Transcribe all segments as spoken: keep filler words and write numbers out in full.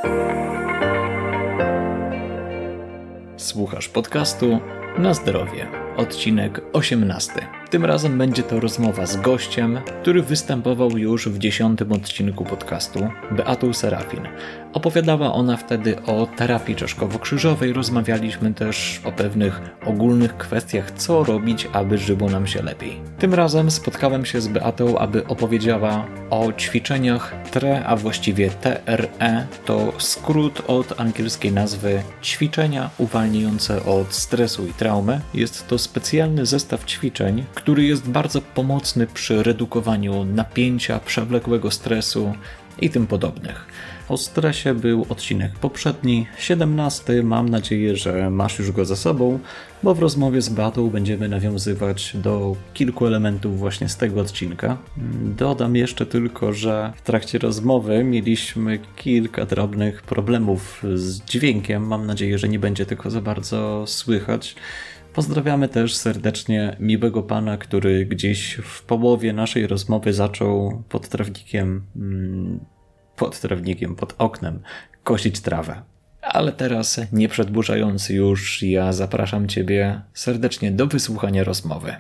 Słuchasz podcastu Na Zdrowie, odcinek osiemnasty. Tym razem będzie to rozmowa z gościem, który występował już w dziesiątym odcinku podcastu, Beatą Serafin. Opowiadała ona wtedy o terapii czaszkowo-krzyżowej, rozmawialiśmy też o pewnych ogólnych kwestiach, co robić, aby żyło nam się lepiej. Tym razem spotkałem się z Beatą, aby opowiedziała o ćwiczeniach T R E, a właściwie T R E, to skrót od angielskiej nazwy ćwiczenia uwalniające od stresu i traumy. Jest to specjalny zestaw ćwiczeń, który jest bardzo pomocny przy redukowaniu napięcia, przewlekłego stresu i tym podobnych. O stresie był odcinek poprzedni, siedemnasty. Mam nadzieję, że masz już go za sobą, bo w rozmowie z Beatą będziemy nawiązywać do kilku elementów właśnie z tego odcinka. Dodam jeszcze tylko, że w trakcie rozmowy mieliśmy kilka drobnych problemów z dźwiękiem. Mam nadzieję, że nie będzie tego za bardzo słychać. Pozdrawiamy też serdecznie miłego pana, który gdzieś w połowie naszej rozmowy zaczął pod trawnikiem, pod trawnikiem, pod oknem kosić trawę. Ale teraz, nie przedłużając już, ja zapraszam ciebie serdecznie do wysłuchania rozmowy.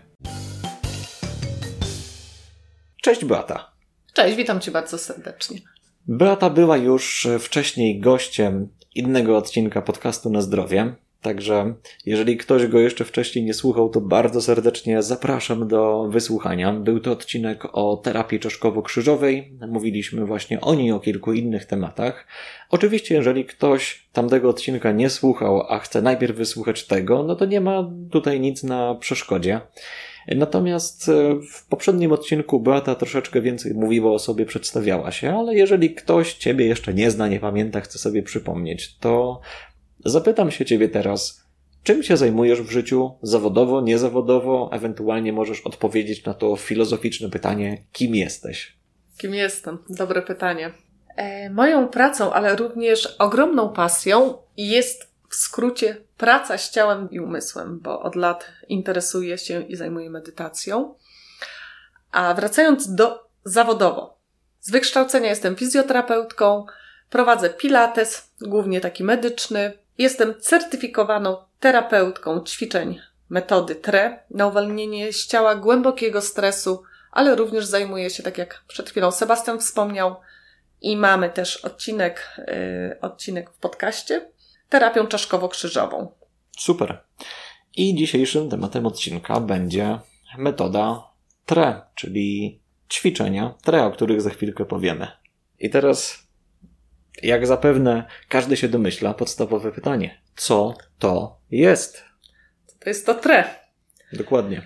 Cześć Beata. Cześć, witam cię bardzo serdecznie. Beata była już wcześniej gościem innego odcinka podcastu Na Zdrowie. Także jeżeli ktoś go jeszcze wcześniej nie słuchał, to bardzo serdecznie zapraszam do wysłuchania. Był to odcinek o terapii czaszkowo-krzyżowej. Mówiliśmy właśnie o niej, o kilku innych tematach. Oczywiście, jeżeli ktoś tamtego odcinka nie słuchał, a chce najpierw wysłuchać tego, no to nie ma tutaj nic na przeszkodzie. Natomiast w poprzednim odcinku Beata troszeczkę więcej mówiła o sobie, przedstawiała się, ale jeżeli ktoś ciebie jeszcze nie zna, nie pamięta, chce sobie przypomnieć, to zapytam się ciebie teraz, czym się zajmujesz w życiu, zawodowo, niezawodowo, ewentualnie możesz odpowiedzieć na to filozoficzne pytanie, kim jesteś? Kim jestem? Dobre pytanie. E, moją pracą, ale również ogromną pasją jest w skrócie praca z ciałem i umysłem, bo od lat interesuję się i zajmuję medytacją. A wracając do zawodowo. Z wykształcenia jestem fizjoterapeutką, prowadzę pilates, głównie taki medyczny. Jestem certyfikowaną terapeutką ćwiczeń metody T R E na uwolnienie z ciała głębokiego stresu, ale również zajmuję się, tak jak przed chwilą Sebastian wspomniał, i mamy też odcinek, yy, odcinek w podcaście, terapią czaszkowo-krzyżową. Super. I dzisiejszym tematem odcinka będzie metoda T R E, czyli ćwiczenia T R E, o których za chwilkę powiemy. I teraz, jak zapewne każdy się domyśla, podstawowe pytanie. Co to jest? To jest to T R E. Dokładnie.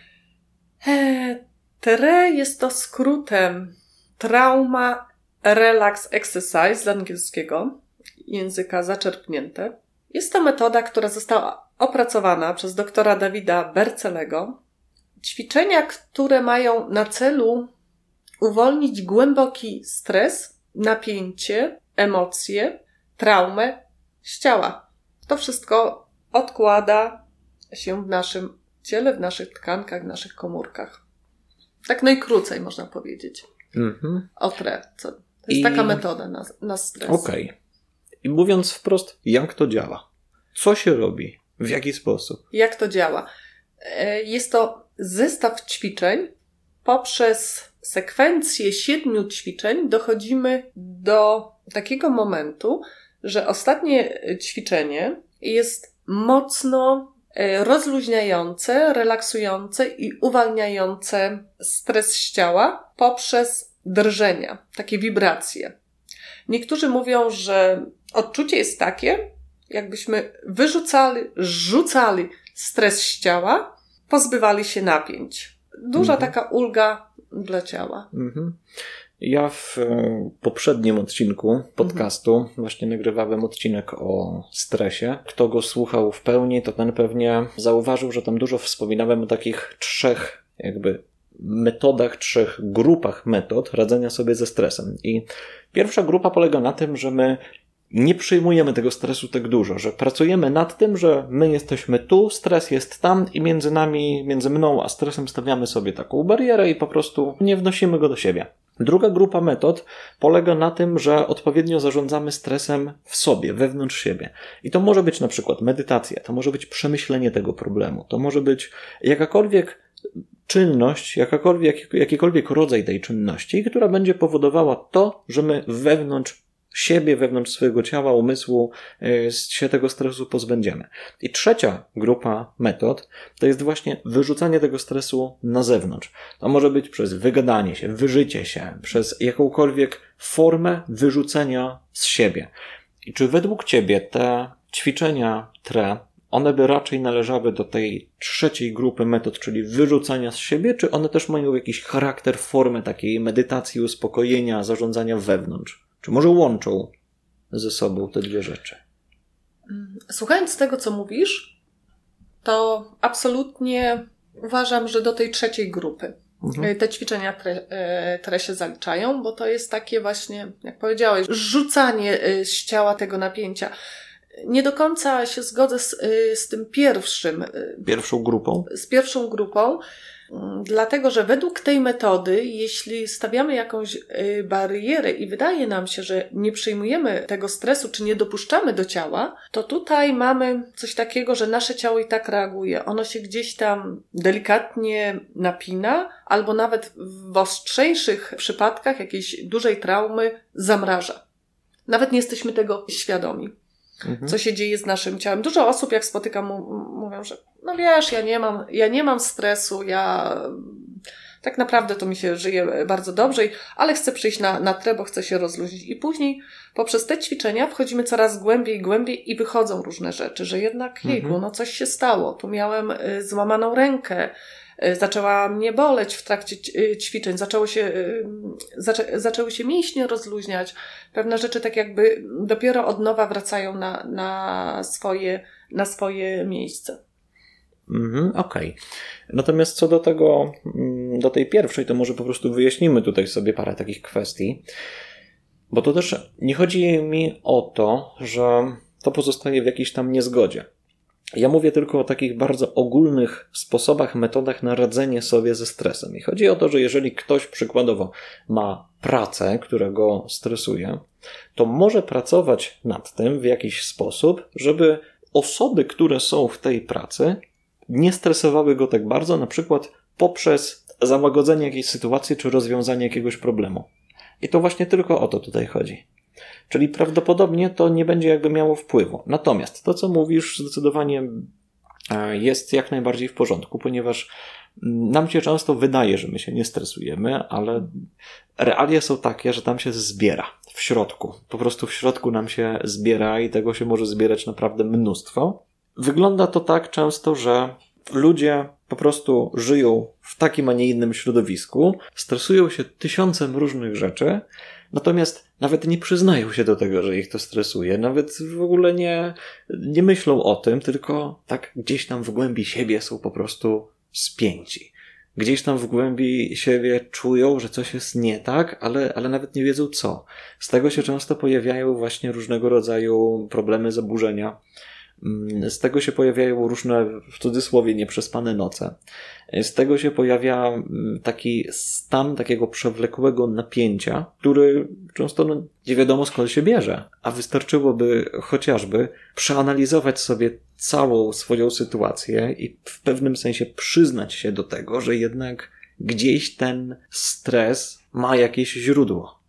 E, T R E jest to skrótem Trauma Relax Exercise z angielskiego, języka zaczerpnięte. Jest to metoda, która została opracowana przez doktora Davida Bercellego. Ćwiczenia, które mają na celu uwolnić głęboki stres, napięcie, emocje, traumę z ciała. To wszystko odkłada się w naszym ciele, w naszych tkankach, w naszych komórkach. Tak najkrócej można powiedzieć. Mm-hmm. O T R E. Co? To jest I... taka metoda na, na stres. Okej. Okay. I mówiąc wprost, jak to działa? Co się robi? W jaki sposób? Jak to działa? Jest to zestaw ćwiczeń. Poprzez sekwencję siedmiu ćwiczeń dochodzimy do takiego momentu, że ostatnie ćwiczenie jest mocno rozluźniające, relaksujące i uwalniające stres z ciała poprzez drżenia, takie wibracje. Niektórzy mówią, że odczucie jest takie, jakbyśmy wyrzucali, rzucali stres z ciała, pozbywali się napięć. Duża mhm. taka ulga dla ciała. Mhm. Ja w e, poprzednim odcinku podcastu mhm. właśnie nagrywałem odcinek o stresie. Kto go słuchał w pełni, to ten pewnie zauważył, że tam dużo wspominałem o takich trzech jakby metodach, trzech grupach metod radzenia sobie ze stresem. I pierwsza grupa polega na tym, że my nie przyjmujemy tego stresu tak dużo, że pracujemy nad tym, że my jesteśmy tu, stres jest tam i między nami, między mną a stresem stawiamy sobie taką barierę i po prostu nie wnosimy go do siebie. Druga grupa metod polega na tym, że odpowiednio zarządzamy stresem w sobie, wewnątrz siebie. I to może być na przykład medytacja, to może być przemyślenie tego problemu, to może być jakakolwiek czynność, jakakolwiek, jakikolwiek rodzaj tej czynności, która będzie powodowała to, że my wewnątrz siebie, wewnątrz swojego ciała, umysłu się tego stresu pozbędziemy. I trzecia grupa metod to jest właśnie wyrzucanie tego stresu na zewnątrz. To może być przez wygadanie się, wyżycie się, przez jakąkolwiek formę wyrzucenia z siebie. I czy według Ciebie te ćwiczenia T R E, one by raczej należały do tej trzeciej grupy metod, czyli wyrzucania z siebie, czy one też mają jakiś charakter, formę takiej medytacji, uspokojenia, zarządzania wewnątrz? Czy może łączą ze sobą te dwie rzeczy? Słuchając tego, co mówisz, to absolutnie uważam, że do tej trzeciej grupy mhm. te ćwiczenia T R E się zaliczają, bo to jest takie właśnie, jak powiedziałeś, rzucanie z ciała tego napięcia. Nie do końca się zgodzę z, z tym pierwszym. Pierwszą grupą? Z pierwszą grupą. Dlatego, że według tej metody, jeśli stawiamy jakąś barierę i wydaje nam się, że nie przyjmujemy tego stresu, czy nie dopuszczamy do ciała, to tutaj mamy coś takiego, że nasze ciało i tak reaguje. Ono się gdzieś tam delikatnie napina, albo nawet w ostrzejszych przypadkach jakiejś dużej traumy zamraża. Nawet nie jesteśmy tego świadomi. Mhm. Co się dzieje z naszym ciałem. Dużo osób, jak spotykam, mówią, że no wiesz, ja nie mam, ja nie mam stresu, ja tak naprawdę to mi się żyje bardzo dobrze, ale chcę przyjść na, na T R E, bo chcę się rozluźnić. I później poprzez te ćwiczenia wchodzimy coraz głębiej, głębiej i wychodzą różne rzeczy, że jednak jejku, mhm. no coś się stało. Tu miałem złamaną rękę, zaczęła mnie boleć w trakcie ćwiczeń, zaczęło się, zaczę, zaczęły się mięśnie rozluźniać. Pewne rzeczy tak jakby dopiero od nowa wracają na, na, swoje, na swoje miejsce. Mhm, okej. Okay. Natomiast co do tego, do tej pierwszej, to może po prostu wyjaśnimy tutaj sobie parę takich kwestii. Bo to też nie chodzi mi o to, że to pozostaje w jakiejś tam niezgodzie. Ja mówię tylko o takich bardzo ogólnych sposobach, metodach na radzenie sobie ze stresem. I chodzi o to, że jeżeli ktoś przykładowo ma pracę, która go stresuje, to może pracować nad tym w jakiś sposób, żeby osoby, które są w tej pracy, nie stresowały go tak bardzo, na przykład poprzez załagodzenie jakiejś sytuacji czy rozwiązanie jakiegoś problemu. I to właśnie tylko o to tutaj chodzi. Czyli prawdopodobnie to nie będzie jakby miało wpływu. Natomiast to, co mówisz, zdecydowanie jest jak najbardziej w porządku, ponieważ nam się często wydaje, że my się nie stresujemy, ale realia są takie, że tam się zbiera w środku. Po prostu w środku nam się zbiera i tego się może zbierać naprawdę mnóstwo. Wygląda to tak często, że ludzie po prostu żyją w takim, a nie innym środowisku, stresują się tysiącem różnych rzeczy, natomiast nawet nie przyznają się do tego, że ich to stresuje, nawet w ogóle nie, nie myślą o tym, tylko tak gdzieś tam w głębi siebie są po prostu spięci. Gdzieś tam w głębi siebie czują, że coś jest nie tak, ale, ale nawet nie wiedzą co. Z tego się często pojawiają właśnie różnego rodzaju problemy, zaburzenia. Z tego się pojawiają różne, w cudzysłowie, nieprzespane noce. Z tego się pojawia taki stan takiego przewlekłego napięcia, który często no, nie wiadomo skąd się bierze, a wystarczyłoby chociażby przeanalizować sobie całą swoją sytuację i w pewnym sensie przyznać się do tego, że jednak gdzieś ten stres ma jakieś źródło.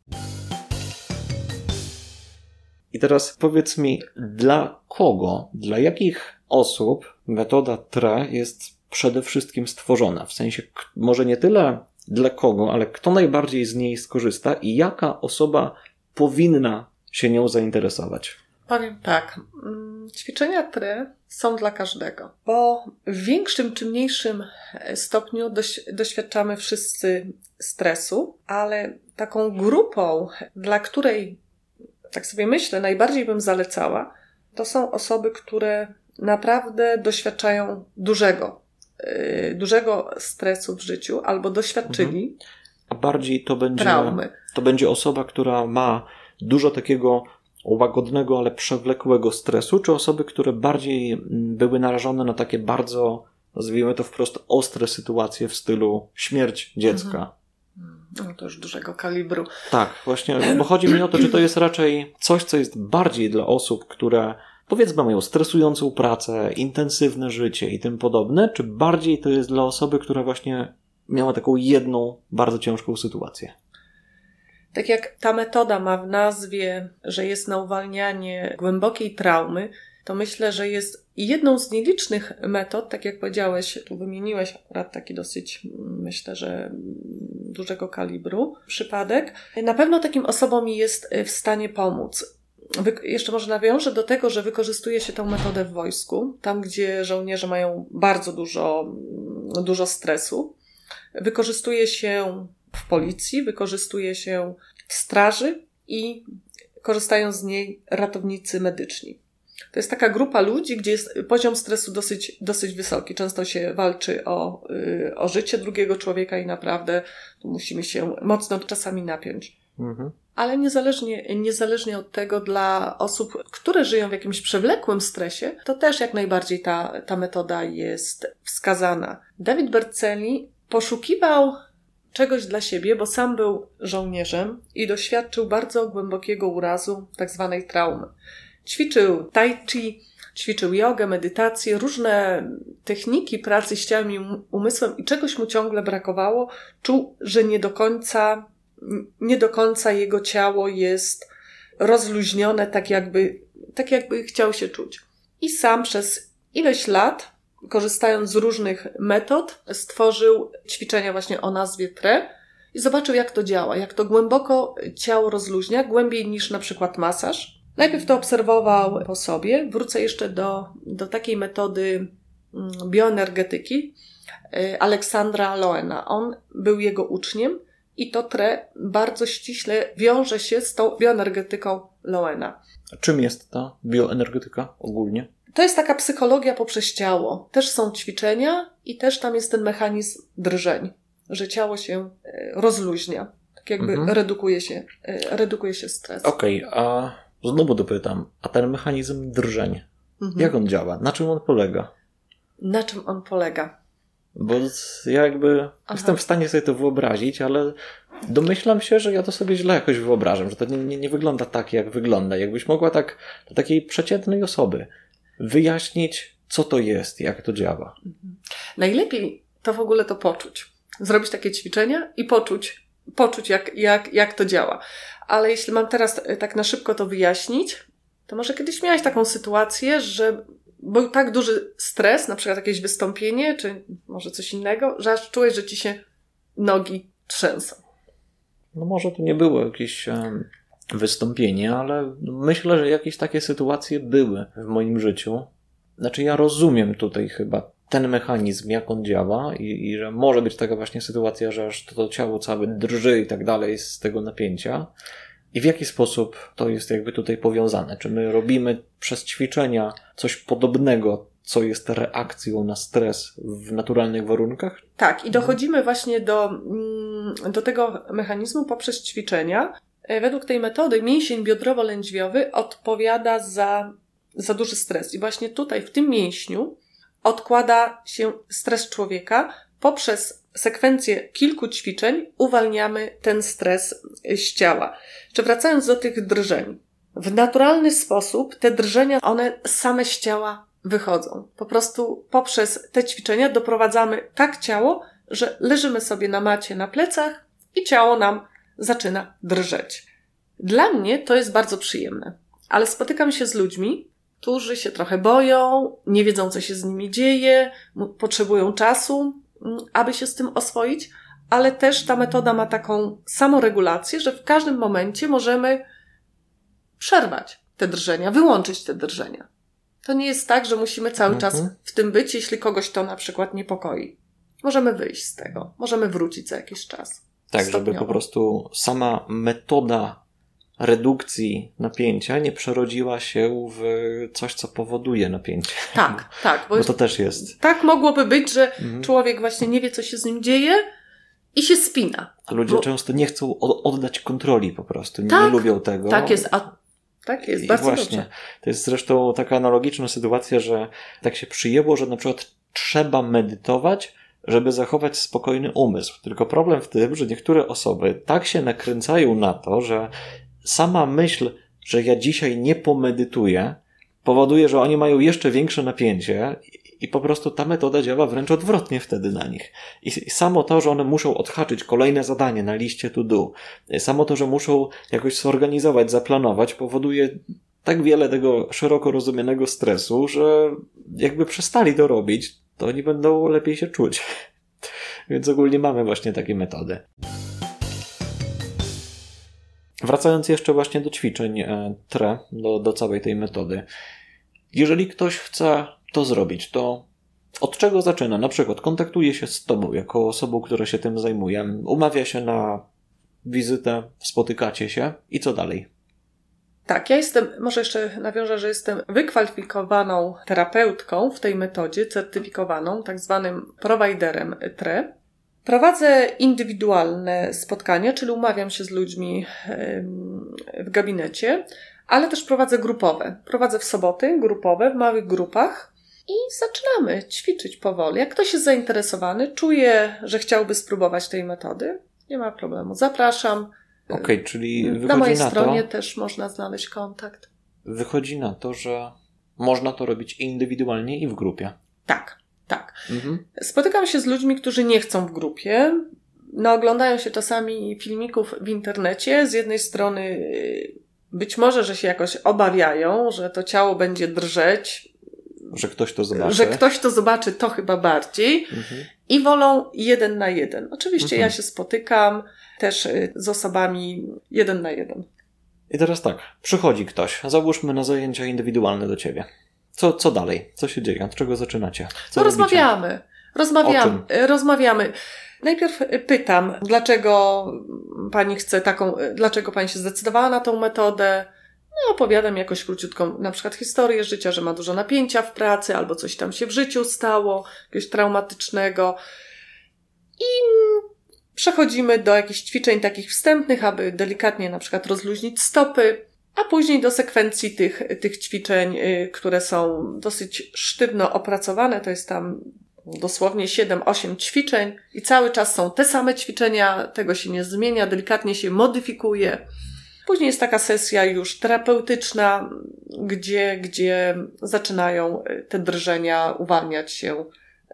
I teraz powiedz mi, dla kogo, dla jakich osób metoda T R E jest przede wszystkim stworzona? W sensie może nie tyle dla kogo, ale kto najbardziej z niej skorzysta i jaka osoba powinna się nią zainteresować? Powiem tak, ćwiczenia T R E są dla każdego, bo w większym czy mniejszym stopniu doś- doświadczamy wszyscy stresu, ale taką grupą, dla której, tak sobie myślę, najbardziej bym zalecała, to są osoby, które naprawdę doświadczają dużego, yy, dużego stresu w życiu albo doświadczyli mhm. A bardziej to będzie, traumy. To będzie osoba, która ma dużo takiego łagodnego, ale przewlekłego stresu, czy osoby, które bardziej były narażone na takie bardzo, nazwijmy to wprost, ostre sytuacje w stylu śmierć dziecka? No to już dużego kalibru. Tak, właśnie, bo chodzi mi o to, czy to jest raczej coś, co jest bardziej dla osób, które powiedzmy mają stresującą pracę, intensywne życie i tym podobne, czy bardziej to jest dla osoby, która właśnie miała taką jedną bardzo ciężką sytuację? Tak jak ta metoda ma w nazwie, że jest na uwalnianie głębokiej traumy, to myślę, że jest jedną z nielicznych metod, tak jak powiedziałeś, tu wymieniłeś akurat taki dosyć, myślę, że dużego kalibru przypadek. Na pewno takim osobom jest w stanie pomóc. Wy- jeszcze może nawiążę do tego, że wykorzystuje się tę metodę w wojsku, tam gdzie żołnierze mają bardzo dużo, dużo stresu. Wykorzystuje się w policji, wykorzystuje się w straży i korzystają z niej ratownicy medyczni. To jest taka grupa ludzi, gdzie jest poziom stresu dosyć, dosyć wysoki. Często się walczy o, yy, o życie drugiego człowieka i naprawdę tu musimy się mocno czasami napiąć. Mhm. Ale niezależnie, niezależnie od tego, dla osób, które żyją w jakimś przewlekłym stresie, to też jak najbardziej ta, ta metoda jest wskazana. David Berceli poszukiwał czegoś dla siebie, bo sam był żołnierzem i doświadczył bardzo głębokiego urazu, tak zwanej traumy. Ćwiczył tai chi, ćwiczył jogę, medytację, różne techniki pracy z ciałem i umysłem i czegoś mu ciągle brakowało. Czuł, że nie do końca, nie do końca jego ciało jest rozluźnione tak jakby, tak jakby chciał się czuć. I sam przez ileś lat, korzystając z różnych metod, stworzył ćwiczenia właśnie o nazwie T R E i zobaczył, jak to działa, jak to głęboko ciało rozluźnia, głębiej niż na przykład masaż. Najpierw to obserwował po sobie. Wrócę jeszcze do, do takiej metody bioenergetyki Aleksandra Loena. On był jego uczniem i to T R E bardzo ściśle wiąże się z tą bioenergetyką Loena. A czym jest ta bioenergetyka ogólnie? To jest taka psychologia poprzez ciało. Też są ćwiczenia i też tam jest ten mechanizm drżeń, że ciało się rozluźnia. Tak jakby mhm. redukuje się, redukuje się stres. Okej, okay, a znowu dopytam, a ten mechanizm drżeń, mhm. jak on działa? Na czym on polega? Na czym on polega? Bo ja jakby Aha. jestem w stanie sobie to wyobrazić, ale domyślam się, że ja to sobie źle jakoś wyobrażam, że to nie, nie, nie wygląda tak, jak wygląda. Jakbyś mogła tak dla takiej przeciętnej osoby wyjaśnić, co to jest, jak to działa. Mhm. Najlepiej to w ogóle to poczuć. Zrobić takie ćwiczenia i poczuć, poczuć jak, jak, jak to działa. Ale jeśli mam teraz tak na szybko to wyjaśnić, to może kiedyś miałaś taką sytuację, że był tak duży stres, na przykład jakieś wystąpienie, czy może coś innego, że aż czułeś, że ci się nogi trzęsą. No może to nie było jakieś um, wystąpienie, ale myślę, że jakieś takie sytuacje były w moim życiu. Znaczy ja rozumiem tutaj chyba ten mechanizm, jak on działa i, i że może być taka właśnie sytuacja, że aż to, to ciało całe drży i tak dalej z tego napięcia. I w jaki sposób to jest jakby tutaj powiązane? Czy my robimy przez ćwiczenia coś podobnego, co jest reakcją na stres w naturalnych warunkach? Tak, i dochodzimy właśnie do, do tego mechanizmu poprzez ćwiczenia. Według tej metody mięsień biodrowo-lędźwiowy odpowiada za, za duży stres. I właśnie tutaj, w tym mięśniu, odkłada się stres człowieka. Poprzez sekwencję kilku ćwiczeń uwalniamy ten stres z ciała. Czy wracając do tych drżeń. W naturalny sposób te drżenia, one same z ciała wychodzą. Po prostu poprzez te ćwiczenia doprowadzamy tak ciało, że leżymy sobie na macie na plecach i ciało nam zaczyna drżeć. Dla mnie to jest bardzo przyjemne, ale spotykam się z ludźmi, którzy się trochę boją, nie wiedzą, co się z nimi dzieje, potrzebują czasu, aby się z tym oswoić, ale też ta metoda ma taką samoregulację, że w każdym momencie możemy przerwać te drżenia, wyłączyć te drżenia. To nie jest tak, że musimy cały czas w tym być, jeśli kogoś to na przykład niepokoi. Możemy wyjść z tego, możemy wrócić za jakiś czas. Tak, stopniowo. Żeby po prostu sama metoda redukcji napięcia nie przerodziła się w coś, co powoduje napięcie. Tak, tak. Bo, bo to też jest. Tak mogłoby być, że mhm. człowiek właśnie nie wie, co się z nim dzieje i się spina. A ludzie bo... często nie chcą oddać kontroli po prostu. Nie, tak, nie lubią tego. Tak jest, a tak jest, I bardzo właśnie, dobrze. To jest zresztą taka analogiczna sytuacja, że tak się przyjęło, że na przykład trzeba medytować, żeby zachować spokojny umysł. Tylko problem w tym, że niektóre osoby tak się nakręcają na to, że sama myśl, że ja dzisiaj nie pomedytuję, powoduje, że oni mają jeszcze większe napięcie i po prostu ta metoda działa wręcz odwrotnie wtedy na nich. I samo to, że one muszą odhaczyć kolejne zadanie na liście to do, samo to, że muszą jakoś zorganizować, zaplanować, powoduje tak wiele tego szeroko rozumianego stresu, że jakby przestali to robić, to oni będą lepiej się czuć. Więc ogólnie mamy właśnie takie metody. Wracając jeszcze właśnie do ćwiczeń e, T R E, do, do całej tej metody. Jeżeli ktoś chce to zrobić, to od czego zaczyna? Na przykład kontaktuje się z tobą jako osobą, która się tym zajmuje, umawia się na wizytę, spotykacie się i co dalej? Tak, ja jestem, może jeszcze nawiążę, że jestem wykwalifikowaną terapeutką w tej metodzie, certyfikowaną, tak zwanym prowajderem T R E. Prowadzę indywidualne spotkania, czyli umawiam się z ludźmi w gabinecie, ale też prowadzę grupowe. Prowadzę w soboty grupowe, w małych grupach i zaczynamy ćwiczyć powoli. Jak ktoś jest zainteresowany, czuje, że chciałby spróbować tej metody, nie ma problemu. Zapraszam. Okej, okay, czyli wychodzi na mojej na stronie to, też można znaleźć kontakt. Wychodzi na to, że można to robić indywidualnie i w grupie. Tak, tak. Mhm. Spotykam się z ludźmi, którzy nie chcą w grupie. No, oglądają się czasami filmików w internecie. Z jednej strony być może, że się jakoś obawiają, że to ciało będzie drżeć. Że ktoś to zobaczy. Że ktoś to zobaczy, to chyba bardziej. Mhm. I wolą jeden na jeden. Oczywiście mhm. ja się spotykam też z osobami jeden na jeden. I teraz tak, przychodzi ktoś, załóżmy na zajęcia indywidualne do ciebie. Co, co dalej? Co się dzieje? Od czego zaczynacie? Co no robicie? rozmawiamy. Rozmawiamy. Rozmawiamy. Najpierw pytam, dlaczego pani chce taką, dlaczego pani się zdecydowała na tą metodę. No, opowiadam jakoś króciutką, na przykład historię życia, że ma dużo napięcia w pracy, albo coś tam się w życiu stało, jakiegoś traumatycznego. I przechodzimy do jakichś ćwiczeń takich wstępnych, aby delikatnie na przykład rozluźnić stopy, a później do sekwencji tych, tych ćwiczeń, które są dosyć sztywno opracowane. To jest tam dosłownie siedem osiem ćwiczeń i cały czas są te same ćwiczenia, tego się nie zmienia, delikatnie się modyfikuje. Później jest taka sesja już terapeutyczna, gdzie, gdzie zaczynają te drżenia uwalniać się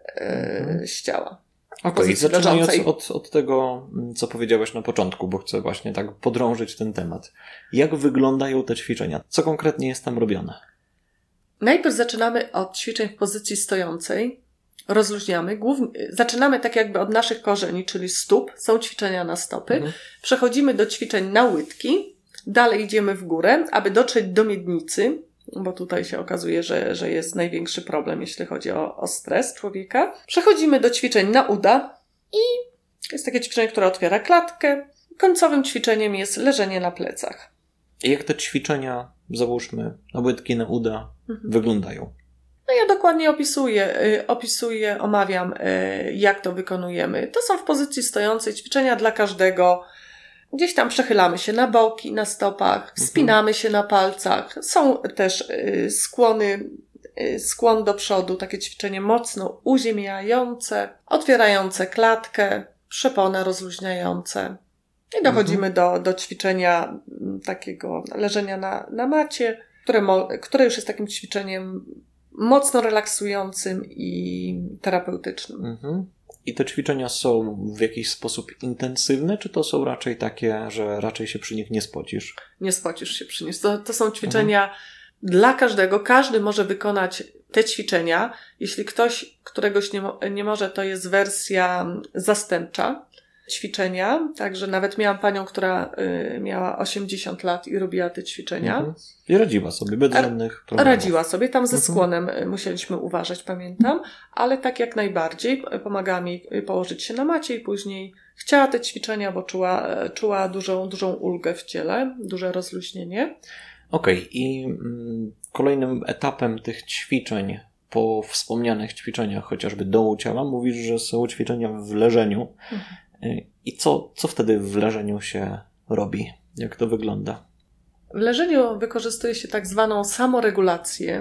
mhm. z ciała. Okej, okay, zaczynając od, od tego, co powiedziałeś na początku, bo chcę właśnie tak podrążyć ten temat. Jak wyglądają te ćwiczenia? Co konkretnie jest tam robione? Najpierw zaczynamy od ćwiczeń w pozycji stojącej. Rozluźniamy. Głównie, zaczynamy tak jakby od naszych korzeni, czyli stóp. Są ćwiczenia na stopy. Mhm. Przechodzimy do ćwiczeń na łydki. Dalej idziemy w górę, aby dotrzeć do miednicy, bo tutaj się okazuje, że, że jest największy problem, jeśli chodzi o, o stres człowieka. Przechodzimy do ćwiczeń na uda i jest takie ćwiczenie, które otwiera klatkę. Końcowym ćwiczeniem jest leżenie na plecach. I jak te ćwiczenia, załóżmy, na łydki, na uda, mhm. wyglądają? No ja dokładnie opisuję, opisuję, omawiam, jak to wykonujemy. To są w pozycji stojącej ćwiczenia dla każdego. Gdzieś tam przechylamy się na boki, na stopach, wspinamy mhm. się na palcach. Są też skłony, skłon do przodu, takie ćwiczenie mocno uziemiające, otwierające klatkę, przeponę rozluźniające. I dochodzimy mhm. do, do ćwiczenia takiego leżenia na, na macie, które, mo, które już jest takim ćwiczeniem mocno relaksującym i terapeutycznym. Mhm. I te ćwiczenia są w jakiś sposób intensywne, czy to są raczej takie, że raczej się przy nich nie spocisz? Nie spocisz się przy nich. To, to są ćwiczenia mhm. dla każdego. Każdy może wykonać te ćwiczenia. Jeśli ktoś któregoś nie, mo- nie może, to jest wersja zastępcza ćwiczenia. Także nawet miałam panią, która y, miała osiemdziesiąt lat i robiła te ćwiczenia. Mhm. I radziła sobie, bez żadnych problemów. Radziła sobie, tam ze skłonem mhm. musieliśmy uważać, pamiętam, ale tak jak najbardziej pomagała mi położyć się na macie i później chciała te ćwiczenia, bo czuła, czuła dużą, dużą ulgę w ciele, duże rozluźnienie. Okej, okay. I mm, kolejnym etapem tych ćwiczeń, po wspomnianych ćwiczeniach chociażby dołu ciała, mówisz, że są ćwiczenia w leżeniu. Mhm. I co, co wtedy w leżeniu się robi? Jak to wygląda? W leżeniu wykorzystuje się tak zwaną samoregulację,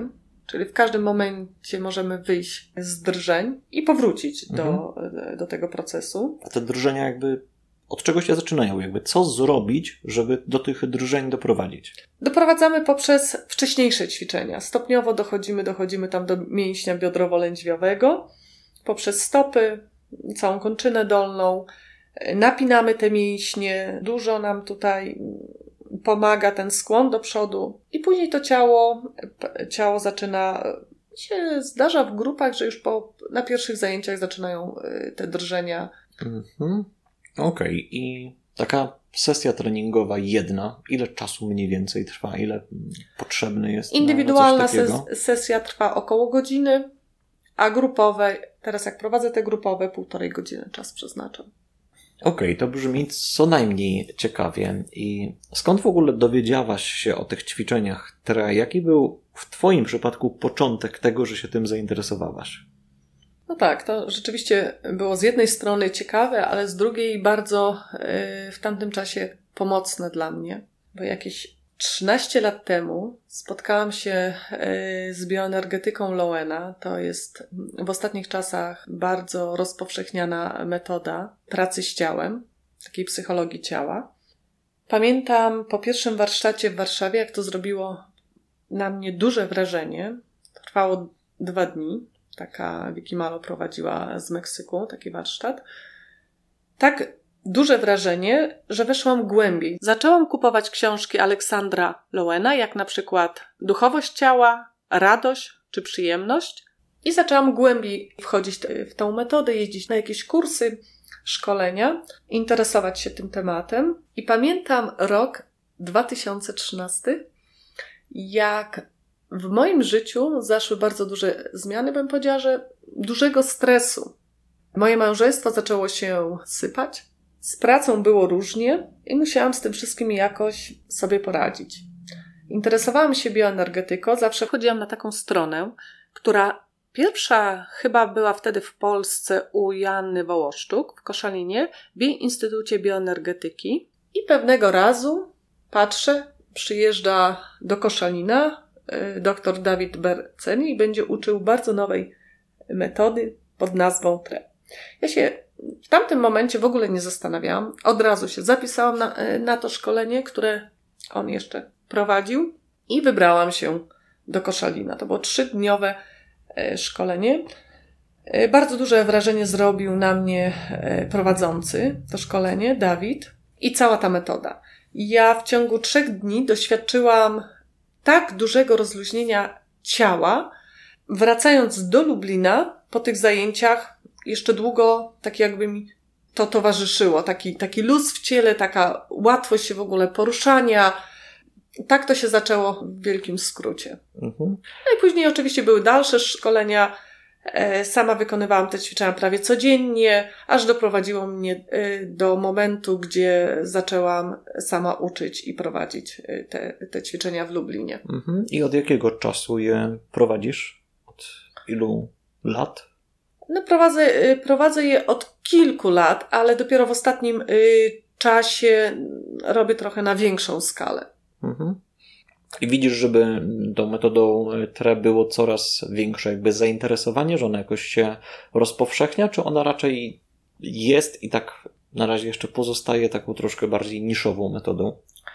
Czyli w każdym momencie możemy wyjść z drżeń i powrócić mhm. do, do tego procesu. A te drżenia jakby od czego się zaczynają? Jakby co zrobić, żeby do tych drżeń doprowadzić? Doprowadzamy poprzez wcześniejsze ćwiczenia. Stopniowo dochodzimy, dochodzimy tam do mięśnia biodrowo-lędźwiowego. Poprzez stopy, całą kończynę dolną. Napinamy te mięśnie. Dużo nam tutaj pomaga ten skłon do przodu. I później to ciało, ciało zaczyna... się zdarza w grupach, że już po, na pierwszych zajęciach zaczynają te drżenia. Mhm. Okej, okay. I taka sesja treningowa jedna, ile czasu mniej więcej trwa? Ile potrzebny jest? Indywidualna ses- sesja trwa około godziny, a grupowe, teraz jak prowadzę te grupowe, półtorej godziny czas przeznaczam. Okej, okay, to brzmi co najmniej ciekawie. I skąd w ogóle dowiedziałaś się o tych ćwiczeniach T R E? Jaki był w Twoim przypadku początek tego, że się tym zainteresowałaś? No tak, to rzeczywiście było z jednej strony ciekawe, ale z drugiej bardzo w tamtym czasie pomocne dla mnie, bo jakieś trzynaście lat temu spotkałam się z bioenergetyką Lowena. To jest w ostatnich czasach bardzo rozpowszechniana metoda pracy z ciałem, takiej psychologii ciała. Pamiętam po pierwszym warsztacie w Warszawie, jak to zrobiło na mnie duże wrażenie. Trwało dwa dni. Taka Vicky Malo prowadziła z Meksyku taki warsztat. Tak duże wrażenie, że weszłam głębiej. Zaczęłam kupować książki Aleksandra Lowena, jak na przykład Duchowość ciała, Radość czy Przyjemność. I zaczęłam głębiej wchodzić w tą metodę, jeździć na jakieś kursy, szkolenia, interesować się tym tematem. I pamiętam rok dwa tysiące trzynasty, jak w moim życiu zaszły bardzo duże zmiany, bym powiedziała, że dużego stresu. Moje małżeństwo zaczęło się sypać, z pracą było różnie i musiałam z tym wszystkim jakoś sobie poradzić. Interesowałam się bioenergetyką, zawsze chodziłam na taką stronę, która pierwsza chyba była wtedy w Polsce u Joanny Wołoszczuk w Koszalinie, w jej Instytucie Bioenergetyki. I pewnego razu patrzę, przyjeżdża do Koszalina dr Dawid Berceni i będzie uczył bardzo nowej metody pod nazwą T R E. Ja się w tamtym momencie w ogóle nie zastanawiałam. Od razu się zapisałam na, na to szkolenie, które on jeszcze prowadził i wybrałam się do Koszalina. To było trzydniowe szkolenie. Bardzo duże wrażenie zrobił na mnie prowadzący to szkolenie, Dawid, i cała ta metoda. Ja w ciągu trzech dni doświadczyłam tak dużego rozluźnienia ciała, wracając do Lublina po tych zajęciach jeszcze długo tak jakby mi to towarzyszyło. Taki, taki luz w ciele, taka łatwość się w ogóle poruszania. Tak to się zaczęło w wielkim skrócie. Mhm. No i później oczywiście były dalsze szkolenia. Sama wykonywałam te ćwiczenia prawie codziennie, aż doprowadziło mnie do momentu, gdzie zaczęłam sama uczyć i prowadzić te, te ćwiczenia w Lublinie. Mhm. I od jakiego czasu je prowadzisz? Od ilu lat? No prowadzę, prowadzę je od kilku lat, ale dopiero w ostatnim czasie robię trochę na większą skalę. Mhm. I widzisz, żeby tą metodą T R E było coraz większe jakby zainteresowanie, że ona jakoś się rozpowszechnia, czy ona raczej jest i tak na razie jeszcze pozostaje taką troszkę bardziej niszową metodą?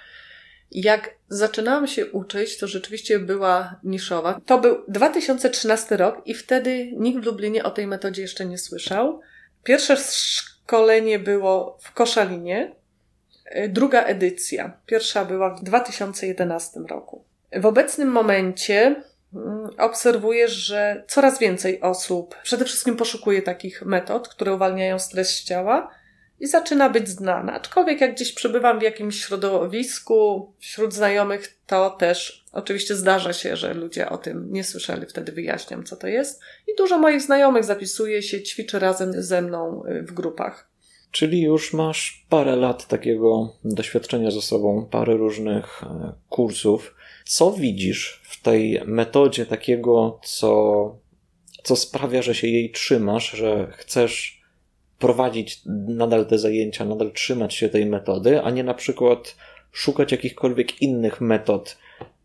Jak zaczynałam się uczyć, to rzeczywiście była niszowa. To był dwa tysiące trzynasty rok i wtedy nikt w Lublinie o tej metodzie jeszcze nie słyszał. Pierwsze szkolenie było w Koszalinie. Druga edycja. Pierwsza była w dwa tysiące jedenastym roku. W obecnym momencie obserwuję, że coraz więcej osób przede wszystkim poszukuje takich metod, które uwalniają stres z ciała i zaczyna być znana. Aczkolwiek jak gdzieś przebywam w jakimś środowisku, wśród znajomych, to też oczywiście zdarza się, że ludzie o tym nie słyszeli. Wtedy wyjaśniam, co to jest. I dużo moich znajomych zapisuje się, ćwiczy razem ze mną w grupach. Czyli już masz parę lat takiego doświadczenia ze sobą, parę różnych kursów. Co widzisz w tej metodzie takiego, co, co sprawia, że się jej trzymasz, że chcesz prowadzić nadal te zajęcia, nadal trzymać się tej metody, a nie na przykład szukać jakichkolwiek innych metod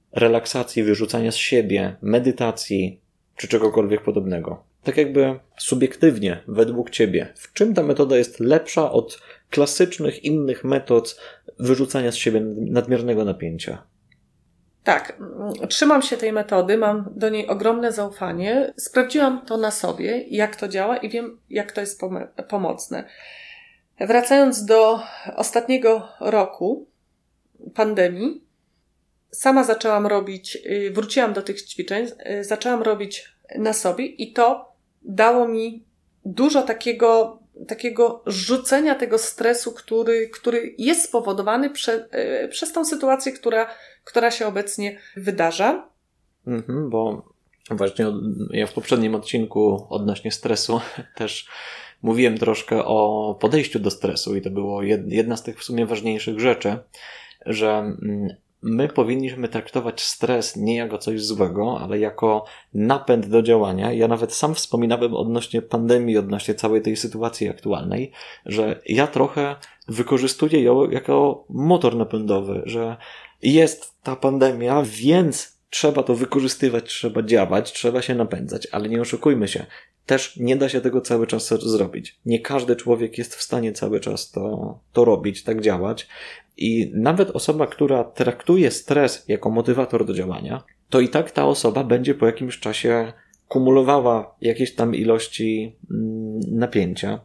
relaksacji, wyrzucania z siebie, medytacji czy czegokolwiek podobnego. Tak jakby subiektywnie, według Ciebie, w czym ta metoda jest lepsza od klasycznych innych metod wyrzucania z siebie nadmiernego napięcia? Tak, trzymam się tej metody, mam do niej ogromne zaufanie. Sprawdziłam to na sobie, jak to działa i wiem, jak to jest pom- pomocne. Wracając do ostatniego roku pandemii, sama zaczęłam robić, wróciłam do tych ćwiczeń, zaczęłam robić na sobie i to dało mi dużo takiego, takiego rzucenia tego stresu, który, który jest spowodowany prze, przez tą sytuację, która, która się obecnie wydarza. Mhm, bo właśnie ja w poprzednim odcinku odnośnie stresu też mówiłem troszkę o podejściu do stresu i to było jedna z tych w sumie ważniejszych rzeczy, że my powinniśmy traktować stres nie jako coś złego, ale jako napęd do działania. Ja nawet sam wspominałem odnośnie pandemii, odnośnie całej tej sytuacji aktualnej, że ja trochę wykorzystuję ją jako motor napędowy, że jest ta pandemia, więc trzeba to wykorzystywać, trzeba działać, trzeba się napędzać, ale nie oszukujmy się. Też nie da się tego cały czas zrobić. Nie każdy człowiek jest w stanie cały czas to, to robić, tak działać. I nawet osoba, która traktuje stres jako motywator do działania, to i tak ta osoba będzie po jakimś czasie kumulowała jakieś tam ilości napięcia.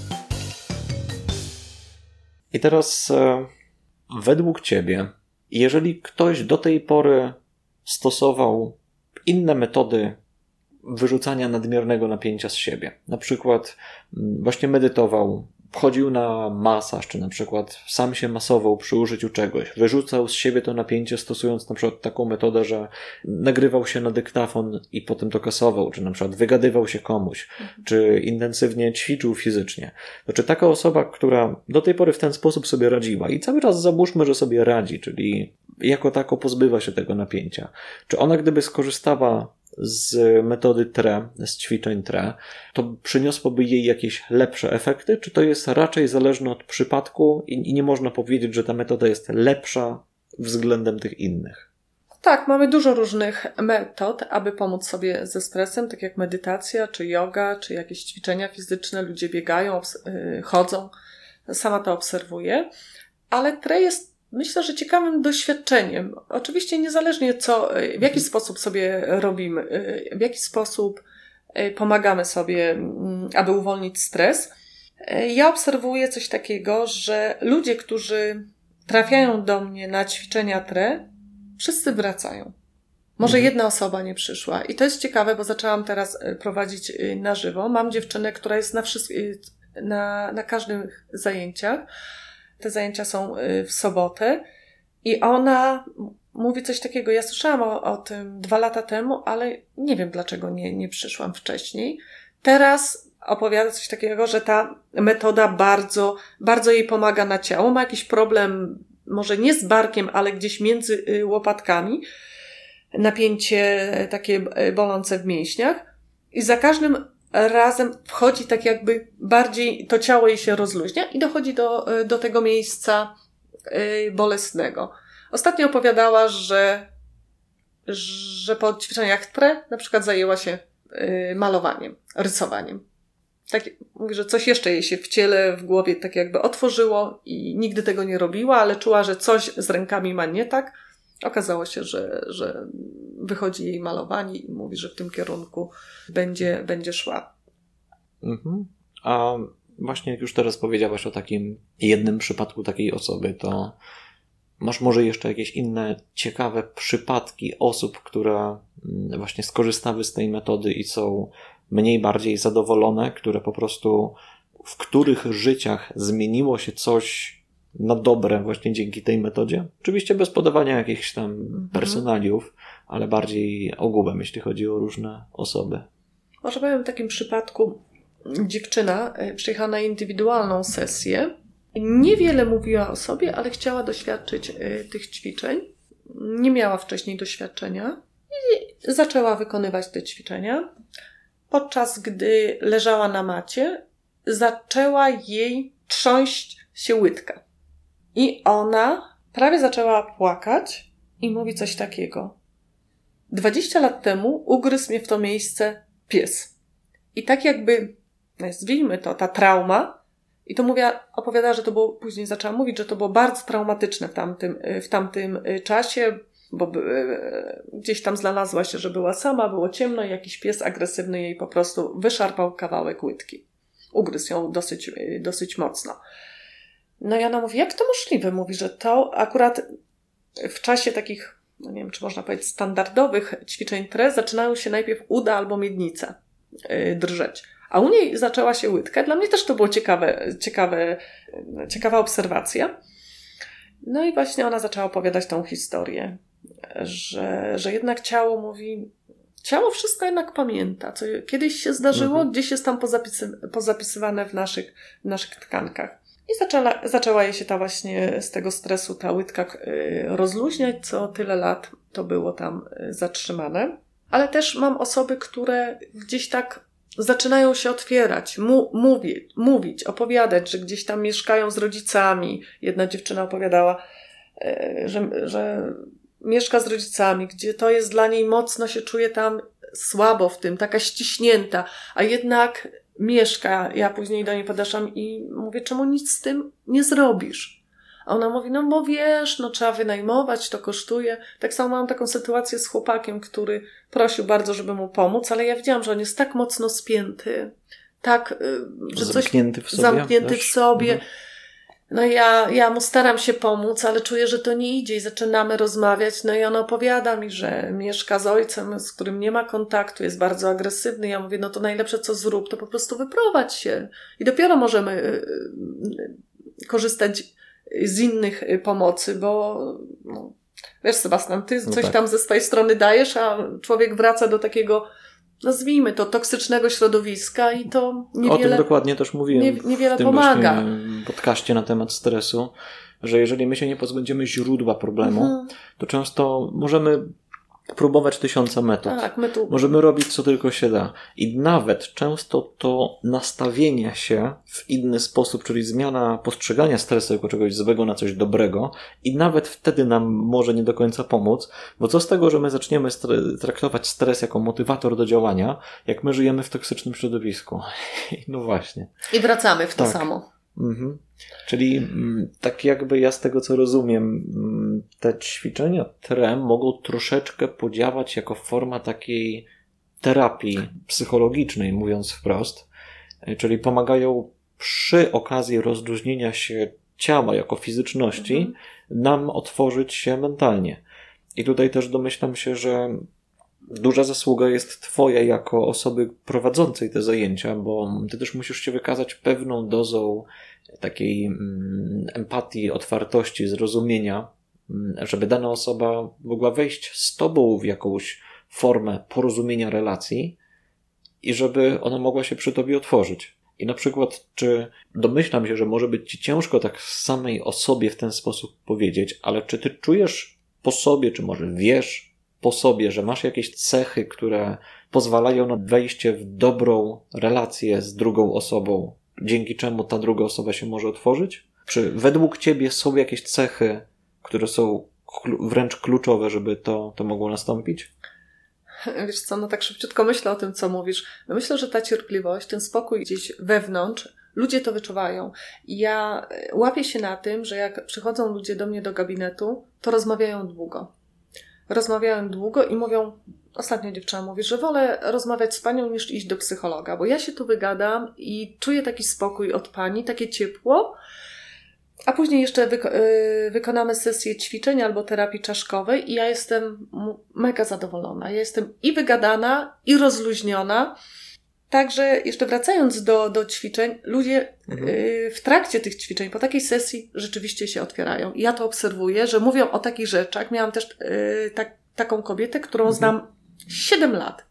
I teraz e, według Ciebie, jeżeli ktoś do tej pory stosował inne metody wyrzucania nadmiernego napięcia z siebie, na przykład właśnie medytował, wchodził na masaż, czy na przykład sam się masował przy użyciu czegoś, wyrzucał z siebie to napięcie stosując na przykład taką metodę, że nagrywał się na dyktafon i potem to kasował, czy na przykład wygadywał się komuś, mhm. czy intensywnie ćwiczył fizycznie. To czy taka osoba, która do tej pory w ten sposób sobie radziła i cały czas załóżmy, że sobie radzi, czyli jako tako pozbywa się tego napięcia, czy ona gdyby skorzystała z metody T R E, z ćwiczeń T R E, to przyniosłoby jej jakieś lepsze efekty, czy to jest raczej zależne od przypadku i, i nie można powiedzieć, że ta metoda jest lepsza względem tych innych? Tak, mamy dużo różnych metod, aby pomóc sobie ze stresem, tak jak medytacja, czy yoga, czy jakieś ćwiczenia fizyczne, ludzie biegają, chodzą, sama to obserwuję, ale T R E jest, myślę, że ciekawym doświadczeniem. Oczywiście niezależnie co, w jaki sposób sobie robimy, w jaki sposób pomagamy sobie, aby uwolnić stres. Ja obserwuję coś takiego, że ludzie, którzy trafiają do mnie na ćwiczenia T R E, wszyscy wracają. Może mhm. jedna osoba nie przyszła. I to jest ciekawe, bo zaczęłam teraz prowadzić na żywo. Mam dziewczynę, która jest na, wszystkich, na, na każdych zajęciach. Te zajęcia są w sobotę i ona mówi coś takiego. Ja słyszałam o, o tym dwa lata temu, ale nie wiem, dlaczego nie, nie przyszłam wcześniej. Teraz opowiada coś takiego, że ta metoda bardzo, bardzo jej pomaga na ciało. Ma jakiś problem, może nie z barkiem, ale gdzieś między łopatkami. Napięcie takie bolące w mięśniach. I za każdym razem wchodzi tak jakby bardziej, to ciało jej się rozluźnia i dochodzi do, do tego miejsca bolesnego. Ostatnio opowiadała, że, że po ćwiczeniach T R E na przykład zajęła się malowaniem, rysowaniem. Tak, mówi, że coś jeszcze jej się w ciele, w głowie tak jakby otworzyło i nigdy tego nie robiła, ale czuła, że coś z rękami ma nie tak. Okazało się, że, że wychodzi jej malowanie i mówi, że w tym kierunku będzie, będzie szła. Mhm. A właśnie jak już teraz powiedziałaś o takim jednym przypadku takiej osoby, to masz może jeszcze jakieś inne ciekawe przypadki osób, które właśnie skorzystały z tej metody i są mniej bardziej zadowolone, które po prostu, w których życiach zmieniło się coś na dobre właśnie dzięki tej metodzie? Oczywiście bez podawania jakichś tam mhm. personaliów, ale bardziej ogółem, jeśli chodzi o różne osoby. Może powiem w takim przypadku, dziewczyna przyjechała na indywidualną sesję. Niewiele mówiła o sobie, ale chciała doświadczyć tych ćwiczeń. Nie miała wcześniej doświadczenia i zaczęła wykonywać te ćwiczenia. Podczas gdy leżała na macie, zaczęła jej trząść się łydka. I ona prawie zaczęła płakać i mówi coś takiego. dwadzieścia lat temu ugryzł mnie w to miejsce pies. I tak jakby, nazwijmy to, ta trauma, i to mówiła, opowiadała, że to było, później zaczęła mówić, że to było bardzo traumatyczne w tamtym, w tamtym czasie, bo gdzieś tam znalazła się, że była sama, było ciemno i jakiś pies agresywny jej po prostu wyszarpał kawałek łydki. Ugryzł ją dosyć, dosyć mocno. No i ona mówi, jak to możliwe? Mówi, że to akurat w czasie takich, no nie wiem, czy można powiedzieć, standardowych ćwiczeń T R E zaczynają się najpierw uda albo miednica yy, drżeć. A u niej zaczęła się łydka. Dla mnie też to było ciekawe, ciekawe, ciekawa obserwacja. No i właśnie ona zaczęła opowiadać tą historię, że, że jednak ciało mówi, ciało wszystko jednak pamięta, co kiedyś się zdarzyło, mhm. gdzieś jest tam pozapisy, pozapisywane w naszych, w naszych tkankach. I zaczęła, zaczęła jej się ta właśnie z tego stresu ta łydka rozluźniać, co tyle lat to było tam zatrzymane. Ale też mam osoby, które gdzieś tak zaczynają się otwierać, mu, mówić, mówić, opowiadać, że gdzieś tam mieszkają z rodzicami. Jedna dziewczyna opowiadała, że, że mieszka z rodzicami, gdzie to jest dla niej mocno, się czuje tam słabo w tym, taka ściśnięta, a jednak mieszka. Ja później do niej podeszłam i mówię, czemu nic z tym nie zrobisz? A ona mówi, no bo wiesz, no trzeba wynajmować, to kosztuje. Tak samo mam taką sytuację z chłopakiem, który prosił bardzo, żeby mu pomóc, ale ja widziałam, że on jest tak mocno spięty, tak, że coś zamknięty w sobie. Zamknięty w sobie. Mhm. No ja, ja mu staram się pomóc, ale czuję, że to nie idzie i zaczynamy rozmawiać. No i on opowiada mi, że mieszka z ojcem, z którym nie ma kontaktu, jest bardzo agresywny. Ja mówię, no to najlepsze co zrób, to po prostu wyprowadź się. I dopiero możemy korzystać z innych pomocy, bo no, wiesz, Sebastian, ty no coś tak. tam ze swojej strony dajesz, a człowiek wraca do takiego, nazwijmy to, toksycznego środowiska i to niewiele... O tym dokładnie też mówiłem nie, niewiele w tym pomaga. właśnie podcaście na temat stresu, że jeżeli my się nie pozbędziemy źródła problemu, mhm. to często możemy próbować tysiąca metod. Tak, my tu... Możemy robić co tylko się da. I nawet często to nastawienie się w inny sposób, czyli zmiana postrzegania stresu jako czegoś złego na coś dobrego, i nawet wtedy nam może nie do końca pomóc, bo co z tego, że my zaczniemy stre- traktować stres jako motywator do działania, jak my żyjemy w toksycznym środowisku. No właśnie. I wracamy w to tak. samo. Mhm. Czyli tak jakby ja z tego co rozumiem, te ćwiczenia T R E mogą troszeczkę podziałać jako forma takiej terapii psychologicznej, mówiąc wprost, czyli pomagają przy okazji rozluźnienia się ciała jako fizyczności mhm. nam otworzyć się mentalnie. I tutaj też domyślam się, że duża zasługa jest twoja jako osoby prowadzącej te zajęcia, bo ty też musisz się wykazać pewną dozą takiej mm, empatii, otwartości, zrozumienia, żeby dana osoba mogła wejść z tobą w jakąś formę porozumienia relacji i żeby ona mogła się przy tobie otworzyć. I na przykład, czy domyślam się, że może być ci ciężko tak samej o sobie w ten sposób powiedzieć, ale czy ty czujesz po sobie, czy może wiesz po sobie, że masz jakieś cechy, które pozwalają na wejście w dobrą relację z drugą osobą, dzięki czemu ta druga osoba się może otworzyć? Czy według ciebie są jakieś cechy, które są wręcz kluczowe, żeby to, to mogło nastąpić? Wiesz co, no tak szybciutko myślę o tym, co mówisz. No myślę, że ta cierpliwość, ten spokój gdzieś wewnątrz, ludzie to wyczuwają. I ja łapię się na tym, że jak przychodzą ludzie do mnie do gabinetu, to rozmawiają długo. Rozmawiają długo i mówią, ostatnio dziewczyna mówi, że wolę rozmawiać z panią niż iść do psychologa, bo ja się tu wygadam i czuję taki spokój od pani, takie ciepło, a później jeszcze wyko- yy, wykonamy sesję ćwiczeń albo terapii czaszkowej i ja jestem mega zadowolona. Ja jestem i wygadana, i rozluźniona. Także jeszcze wracając do, do ćwiczeń, ludzie mhm. yy, w trakcie tych ćwiczeń, po takiej sesji rzeczywiście się otwierają. I ja to obserwuję, że mówią o takich rzeczach. Miałam też yy, tak, taką kobietę, którą mhm. znam siedem lat.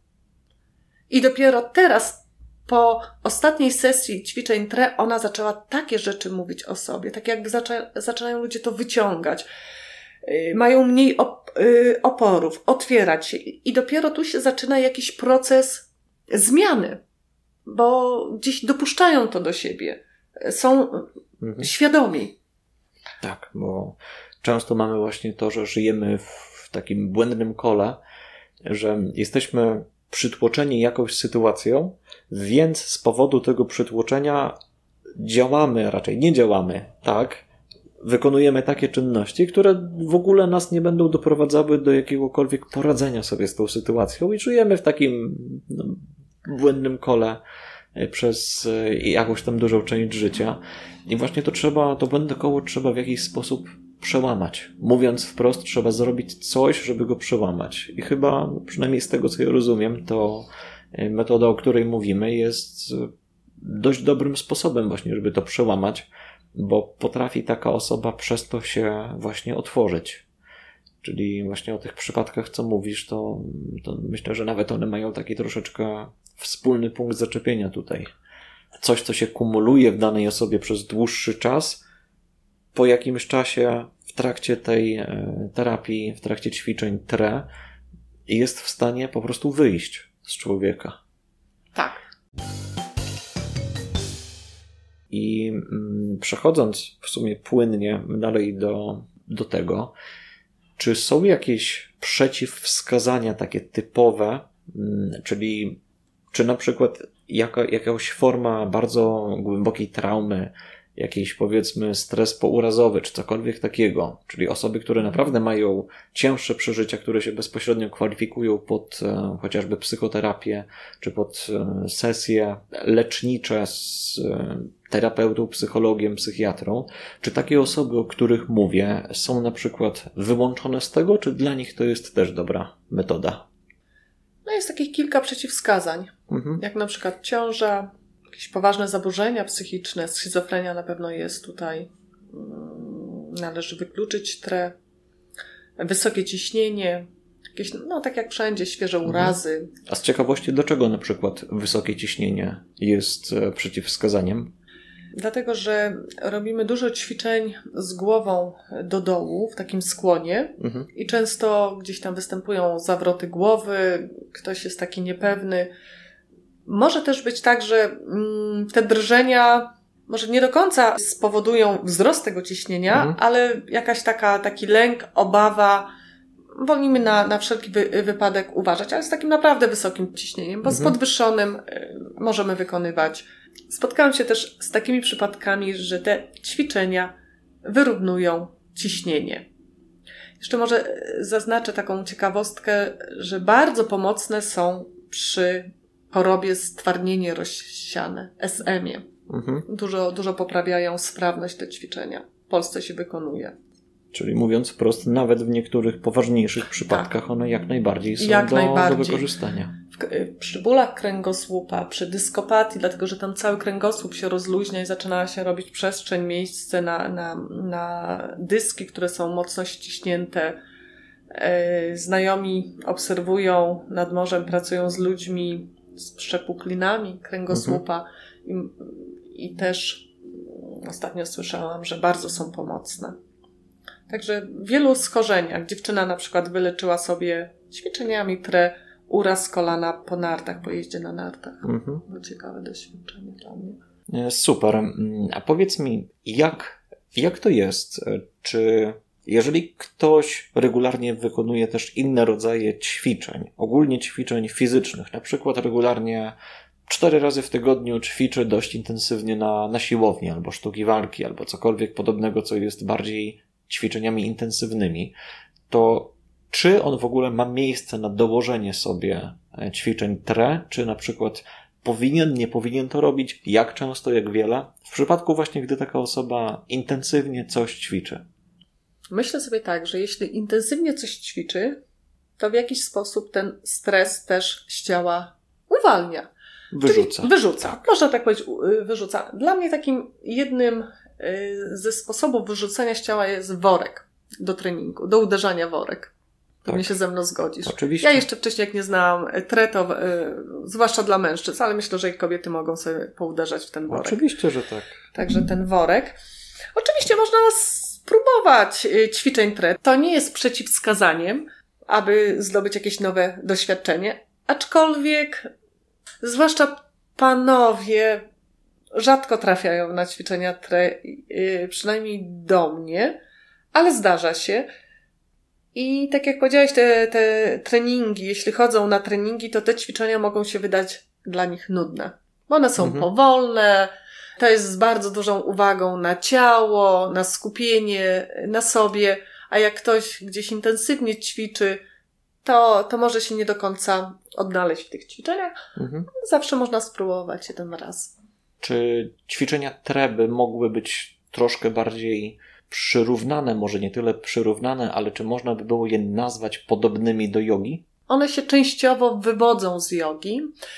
I dopiero teraz, po ostatniej sesji ćwiczeń T R E, ona zaczęła takie rzeczy mówić o sobie. Tak jakby zaczę, zaczynają ludzie to wyciągać. Yy, mają mniej op, yy, oporów, otwierać się. I dopiero tu się zaczyna jakiś proces zmiany. Bo gdzieś dopuszczają to do siebie. Są mhm. świadomi. Tak, bo często mamy właśnie to, że żyjemy w takim błędnym kole, że jesteśmy przytłoczeni jakąś sytuacją, więc z powodu tego przytłoczenia działamy, raczej nie działamy, tak? Wykonujemy takie czynności, które w ogóle nas nie będą doprowadzały do jakiegokolwiek poradzenia sobie z tą sytuacją i żyjemy w takim no, błędnym kole przez jakąś tam dużą część życia. I właśnie to trzeba, to błędne koło trzeba w jakiś sposób przełamać. Mówiąc wprost, trzeba zrobić coś, żeby go przełamać. I chyba, przynajmniej z tego, co ja rozumiem, to metoda, o której mówimy, jest dość dobrym sposobem właśnie, żeby to przełamać, bo potrafi taka osoba przez to się właśnie otworzyć. Czyli właśnie o tych przypadkach, co mówisz, to, to myślę, że nawet one mają taki troszeczkę wspólny punkt zaczepienia tutaj. Coś, co się kumuluje w danej osobie przez dłuższy czas, po jakimś czasie w trakcie tej terapii, w trakcie ćwiczeń T R E jest w stanie po prostu wyjść z człowieka. Tak. I przechodząc w sumie płynnie dalej do, do tego, czy są jakieś przeciwwskazania takie typowe, czyli czy na przykład jaka, jakaś forma bardzo głębokiej traumy, jakiś powiedzmy stres pourazowy, czy cokolwiek takiego, czyli osoby, które naprawdę mają cięższe przeżycia, które się bezpośrednio kwalifikują pod e, chociażby psychoterapię, czy pod e, sesje lecznicze z e, terapeutą, psychologiem, psychiatrą, czy takie osoby, o których mówię, są na przykład wyłączone z tego, czy dla nich to jest też dobra metoda? No jest takich kilka przeciwwskazań, mhm. jak na przykład ciąża, jakieś poważne zaburzenia psychiczne, schizofrenia na pewno jest tutaj, należy wykluczyć T R E, wysokie ciśnienie, jakieś, no tak jak wszędzie, świeże urazy. A z ciekawości, dlaczego na przykład wysokie ciśnienie jest przeciwwskazaniem? Dlatego, że robimy dużo ćwiczeń z głową do dołu, w takim skłonie mhm. i często gdzieś tam występują zawroty głowy, ktoś jest taki niepewny. Może też być tak, że mm, te drżenia może nie do końca spowodują wzrost tego ciśnienia, mhm. ale jakaś taka, taki lęk, obawa, wolimy na, na wszelki wy, wypadek uważać, ale z takim naprawdę wysokim ciśnieniem, bo mhm. z podwyższonym y, możemy wykonywać. Spotkałam się też z takimi przypadkami, że te ćwiczenia wyrównują ciśnienie. Jeszcze może zaznaczę taką ciekawostkę, że bardzo pomocne są przy chorobie stwardnienie rozsiane, S M-ie. Mhm. Dużo, dużo poprawiają sprawność te ćwiczenia. W Polsce się wykonuje. Czyli mówiąc wprost, nawet w niektórych poważniejszych przypadkach tak. one jak najbardziej są jak do, najbardziej. do wykorzystania. W, przy bólach kręgosłupa, przy dyskopatii, dlatego że tam cały kręgosłup się rozluźnia i zaczyna się robić przestrzeń, miejsce na, na, na dyski, które są mocno ściśnięte. Yy, znajomi obserwują nad morzem, pracują z ludźmi z przepuklinami kręgosłupa mhm. i, i też ostatnio słyszałam, że bardzo są pomocne. Także w wielu schorzeniach dziewczyna na przykład wyleczyła sobie ćwiczeniami T R E uraz kolana po nartach, po jeździe na nartach. Mhm. To ciekawe doświadczenie dla mnie. Super. A powiedz mi, jak, jak to jest? Czy jeżeli ktoś regularnie wykonuje też inne rodzaje ćwiczeń, ogólnie ćwiczeń fizycznych, na przykład regularnie cztery razy w tygodniu ćwiczy dość intensywnie na, na siłowni, albo sztuki walki, albo cokolwiek podobnego, co jest bardziej ćwiczeniami intensywnymi, to czy on w ogóle ma miejsce na dołożenie sobie ćwiczeń T R E, czy na przykład powinien, nie powinien to robić, jak często, jak wiele, w przypadku właśnie, gdy taka osoba intensywnie coś ćwiczy? Myślę sobie tak, że jeśli intensywnie coś ćwiczy, to w jakiś sposób ten stres też z ciała uwalnia. Wyrzuca. Czyli wyrzuca. Tak. Można tak powiedzieć, wyrzuca. Dla mnie takim jednym ze sposobów wyrzucenia z ciała jest worek do treningu, do uderzania worek. Pewnie tak. się ze mną zgodzisz. Oczywiście. Ja jeszcze wcześniej, jak nie znałam T R E, to yy, zwłaszcza dla mężczyzn, ale myślę, że i kobiety mogą sobie pouderzać w ten worek. Oczywiście, że tak. Także ten worek. Oczywiście można spróbować ćwiczeń T R E. To nie jest przeciwwskazaniem, aby zdobyć jakieś nowe doświadczenie, aczkolwiek zwłaszcza panowie rzadko trafiają na ćwiczenia T R E, przynajmniej do mnie, ale zdarza się. I tak jak powiedziałeś, te, te treningi, jeśli chodzą na treningi, to te ćwiczenia mogą się wydać dla nich nudne. Bo one są mhm. powolne, to jest z bardzo dużą uwagą na ciało, na skupienie na sobie, a jak ktoś gdzieś intensywnie ćwiczy, to, to może się nie do końca odnaleźć w tych ćwiczeniach. Mhm. Zawsze można spróbować jeden raz. Czy ćwiczenia treby mogły być troszkę bardziej przyrównane, może nie tyle przyrównane, ale czy można by było je nazwać podobnymi do jogi? One się częściowo wywodzą z jogi.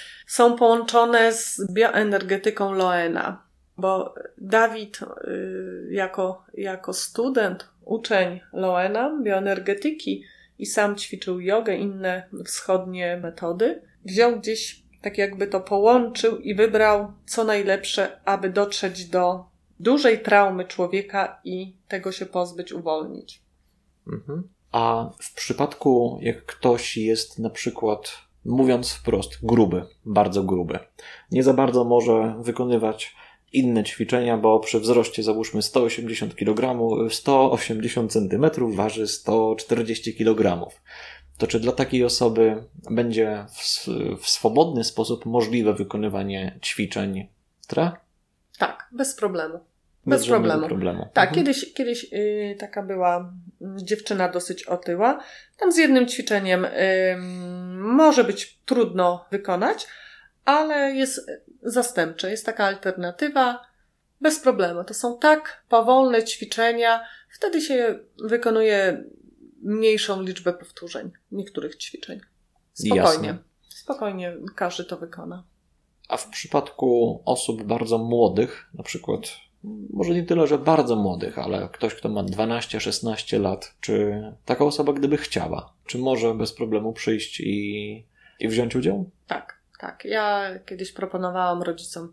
Są połączone z bioenergetyką Loena, bo Dawid y, jako, jako student, uczeń Loena, bioenergetyki i sam ćwiczył jogę, inne wschodnie metody, wziął gdzieś, tak jakby to połączył i wybrał co najlepsze, aby dotrzeć do dużej traumy człowieka i tego się pozbyć, uwolnić. Mhm. A w przypadku, jak ktoś jest na przykład, mówiąc wprost, gruby, bardzo gruby, nie za bardzo może wykonywać inne ćwiczenia, bo przy wzroście załóżmy sto osiemdziesiąt kilogramów, sto osiemdziesiąt centymetrów waży sto czterdzieści kilogramów. To czy dla takiej osoby będzie w, w swobodny sposób możliwe wykonywanie ćwiczeń tra? Tak, bez problemu. Bez, bez problemu. problemu. Tak, mhm. kiedyś, kiedyś yy, taka była dziewczyna dosyć otyła. Tam z jednym ćwiczeniem yy, może być trudno wykonać, ale jest zastępcze. Jest taka alternatywa. Bez problemu. To są tak powolne ćwiczenia. Wtedy się wykonuje mniejszą liczbę powtórzeń niektórych ćwiczeń. Spokojnie. Jasne. Spokojnie każdy to wykona. A w przypadku osób bardzo młodych, na przykład, może nie tyle, że bardzo młodych, ale ktoś, kto ma dwanaście szesnaście lat, czy taka osoba, gdyby chciała, czy może bez problemu przyjść i, i wziąć udział? Tak, tak. Ja kiedyś proponowałam rodzicom,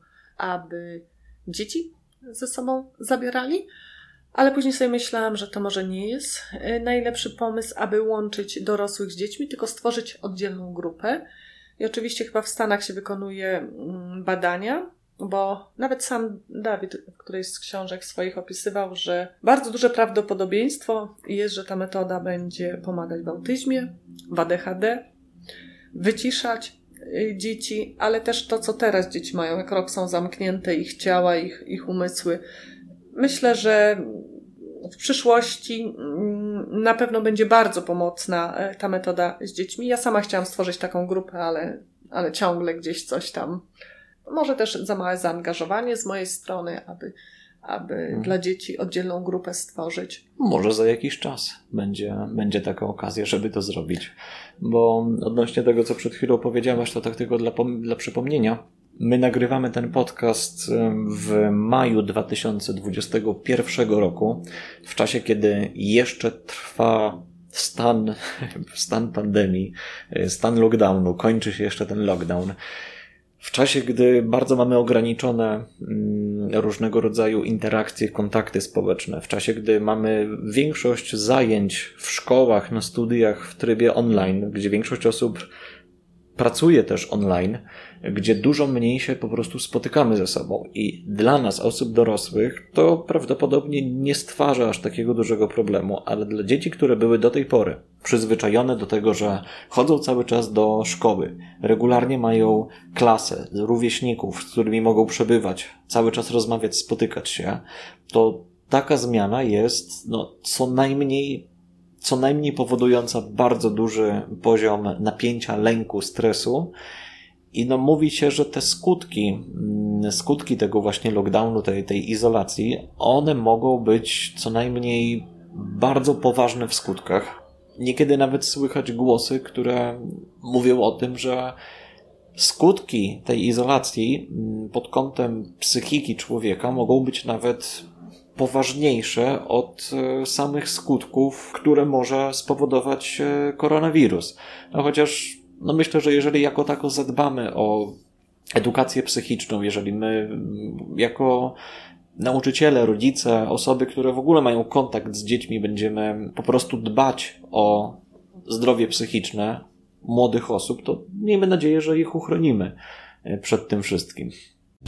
aby dzieci ze sobą zabierali, ale później sobie myślałam, że to może nie jest najlepszy pomysł, aby łączyć dorosłych z dziećmi, tylko stworzyć oddzielną grupę. I oczywiście chyba w Stanach się wykonuje badania, bo nawet sam Dawid w którejś z książek swoich opisywał, że bardzo duże prawdopodobieństwo jest, że ta metoda będzie pomagać w autyzmie, w A D H D, wyciszać dzieci, ale też to, co teraz dzieci mają, jak rok są zamknięte ich ciała, ich, ich umysły. Myślę, że w przyszłości na pewno będzie bardzo pomocna ta metoda z dziećmi. Ja sama chciałam stworzyć taką grupę, ale, ale ciągle gdzieś coś tam. Może też za małe zaangażowanie z mojej strony, aby, aby hmm. dla dzieci oddzielną grupę stworzyć. Może za jakiś czas będzie, będzie taka okazja, żeby to zrobić. Bo odnośnie tego, co przed chwilą powiedziałaś, to tak tylko dla, dla przypomnienia. My nagrywamy ten podcast w maju dwa tysiące dwudziestego pierwszego roku, w czasie, kiedy jeszcze trwa stan, stan pandemii, stan lockdownu, kończy się jeszcze ten lockdown. W czasie, gdy bardzo mamy ograniczone różnego rodzaju interakcje, kontakty społeczne, w czasie, gdy mamy większość zajęć w szkołach, na studiach w trybie online, gdzie większość osób pracuje też online, gdzie dużo mniej się po prostu spotykamy ze sobą i dla nas, osób dorosłych, to prawdopodobnie nie stwarza aż takiego dużego problemu, ale dla dzieci, które były do tej pory przyzwyczajone do tego, że chodzą cały czas do szkoły, regularnie mają klasę rówieśników, z którymi mogą przebywać, cały czas rozmawiać, spotykać się, to taka zmiana jest no, co najmniej co najmniej powodująca bardzo duży poziom napięcia, lęku, stresu. I no mówi się, że te skutki, skutki tego właśnie lockdownu, tej, tej izolacji, one mogą być co najmniej bardzo poważne w skutkach. Niekiedy nawet słychać głosy, które mówią o tym, że skutki tej izolacji pod kątem psychiki człowieka mogą być nawet poważniejsze od samych skutków, które może spowodować koronawirus. No chociaż no myślę, że jeżeli jako tako zadbamy o edukację psychiczną, jeżeli my jako nauczyciele, rodzice, osoby, które w ogóle mają kontakt z dziećmi, będziemy po prostu dbać o zdrowie psychiczne młodych osób, to miejmy nadzieję, że ich uchronimy przed tym wszystkim.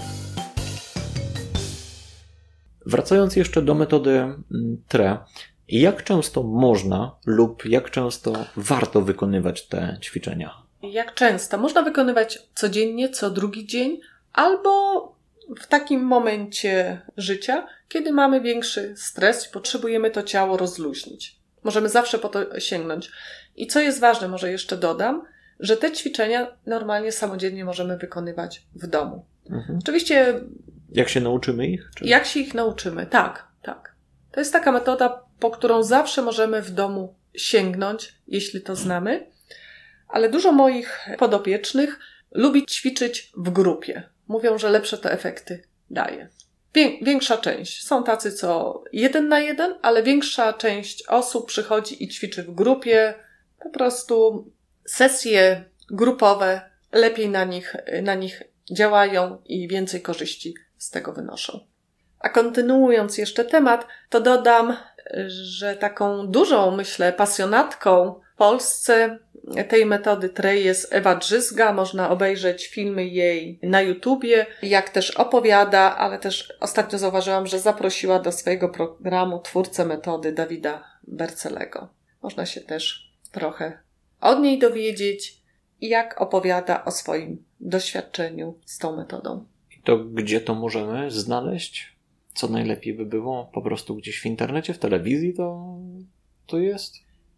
Wracając jeszcze do metody T R E, I jak często można lub jak często warto wykonywać te ćwiczenia? Jak często? Można wykonywać codziennie, co drugi dzień, albo w takim momencie życia, kiedy mamy większy stres i potrzebujemy to ciało rozluźnić. Możemy zawsze po to sięgnąć. I co jest ważne, może jeszcze dodam, że te ćwiczenia normalnie samodzielnie możemy wykonywać w domu. Mhm. Oczywiście... Jak się nauczymy ich? Czy... Jak się ich nauczymy? Tak, tak. To jest taka metoda, po którą zawsze możemy w domu sięgnąć, jeśli to znamy. Ale dużo moich podopiecznych lubi ćwiczyć w grupie. Mówią, że lepsze te efekty daje. Większa część. Są tacy, co jeden na jeden, ale większa część osób przychodzi i ćwiczy w grupie. Po prostu sesje grupowe lepiej na nich, na nich działają i więcej korzyści z tego wynoszą. A kontynuując jeszcze temat, to dodam, że taką dużą, myślę, pasjonatką w Polsce tej metody T R E jest Ewa Drzyzga. Można obejrzeć filmy jej na YouTubie, jak też opowiada, ale też ostatnio zauważyłam, że zaprosiła do swojego programu twórcę metody Dawida Bercelego. Można się też trochę od niej dowiedzieć, jak opowiada o swoim doświadczeniu z tą metodą. I to gdzie to możemy znaleźć? Co najlepiej by było? Po prostu gdzieś w internecie, w telewizji to, to jest?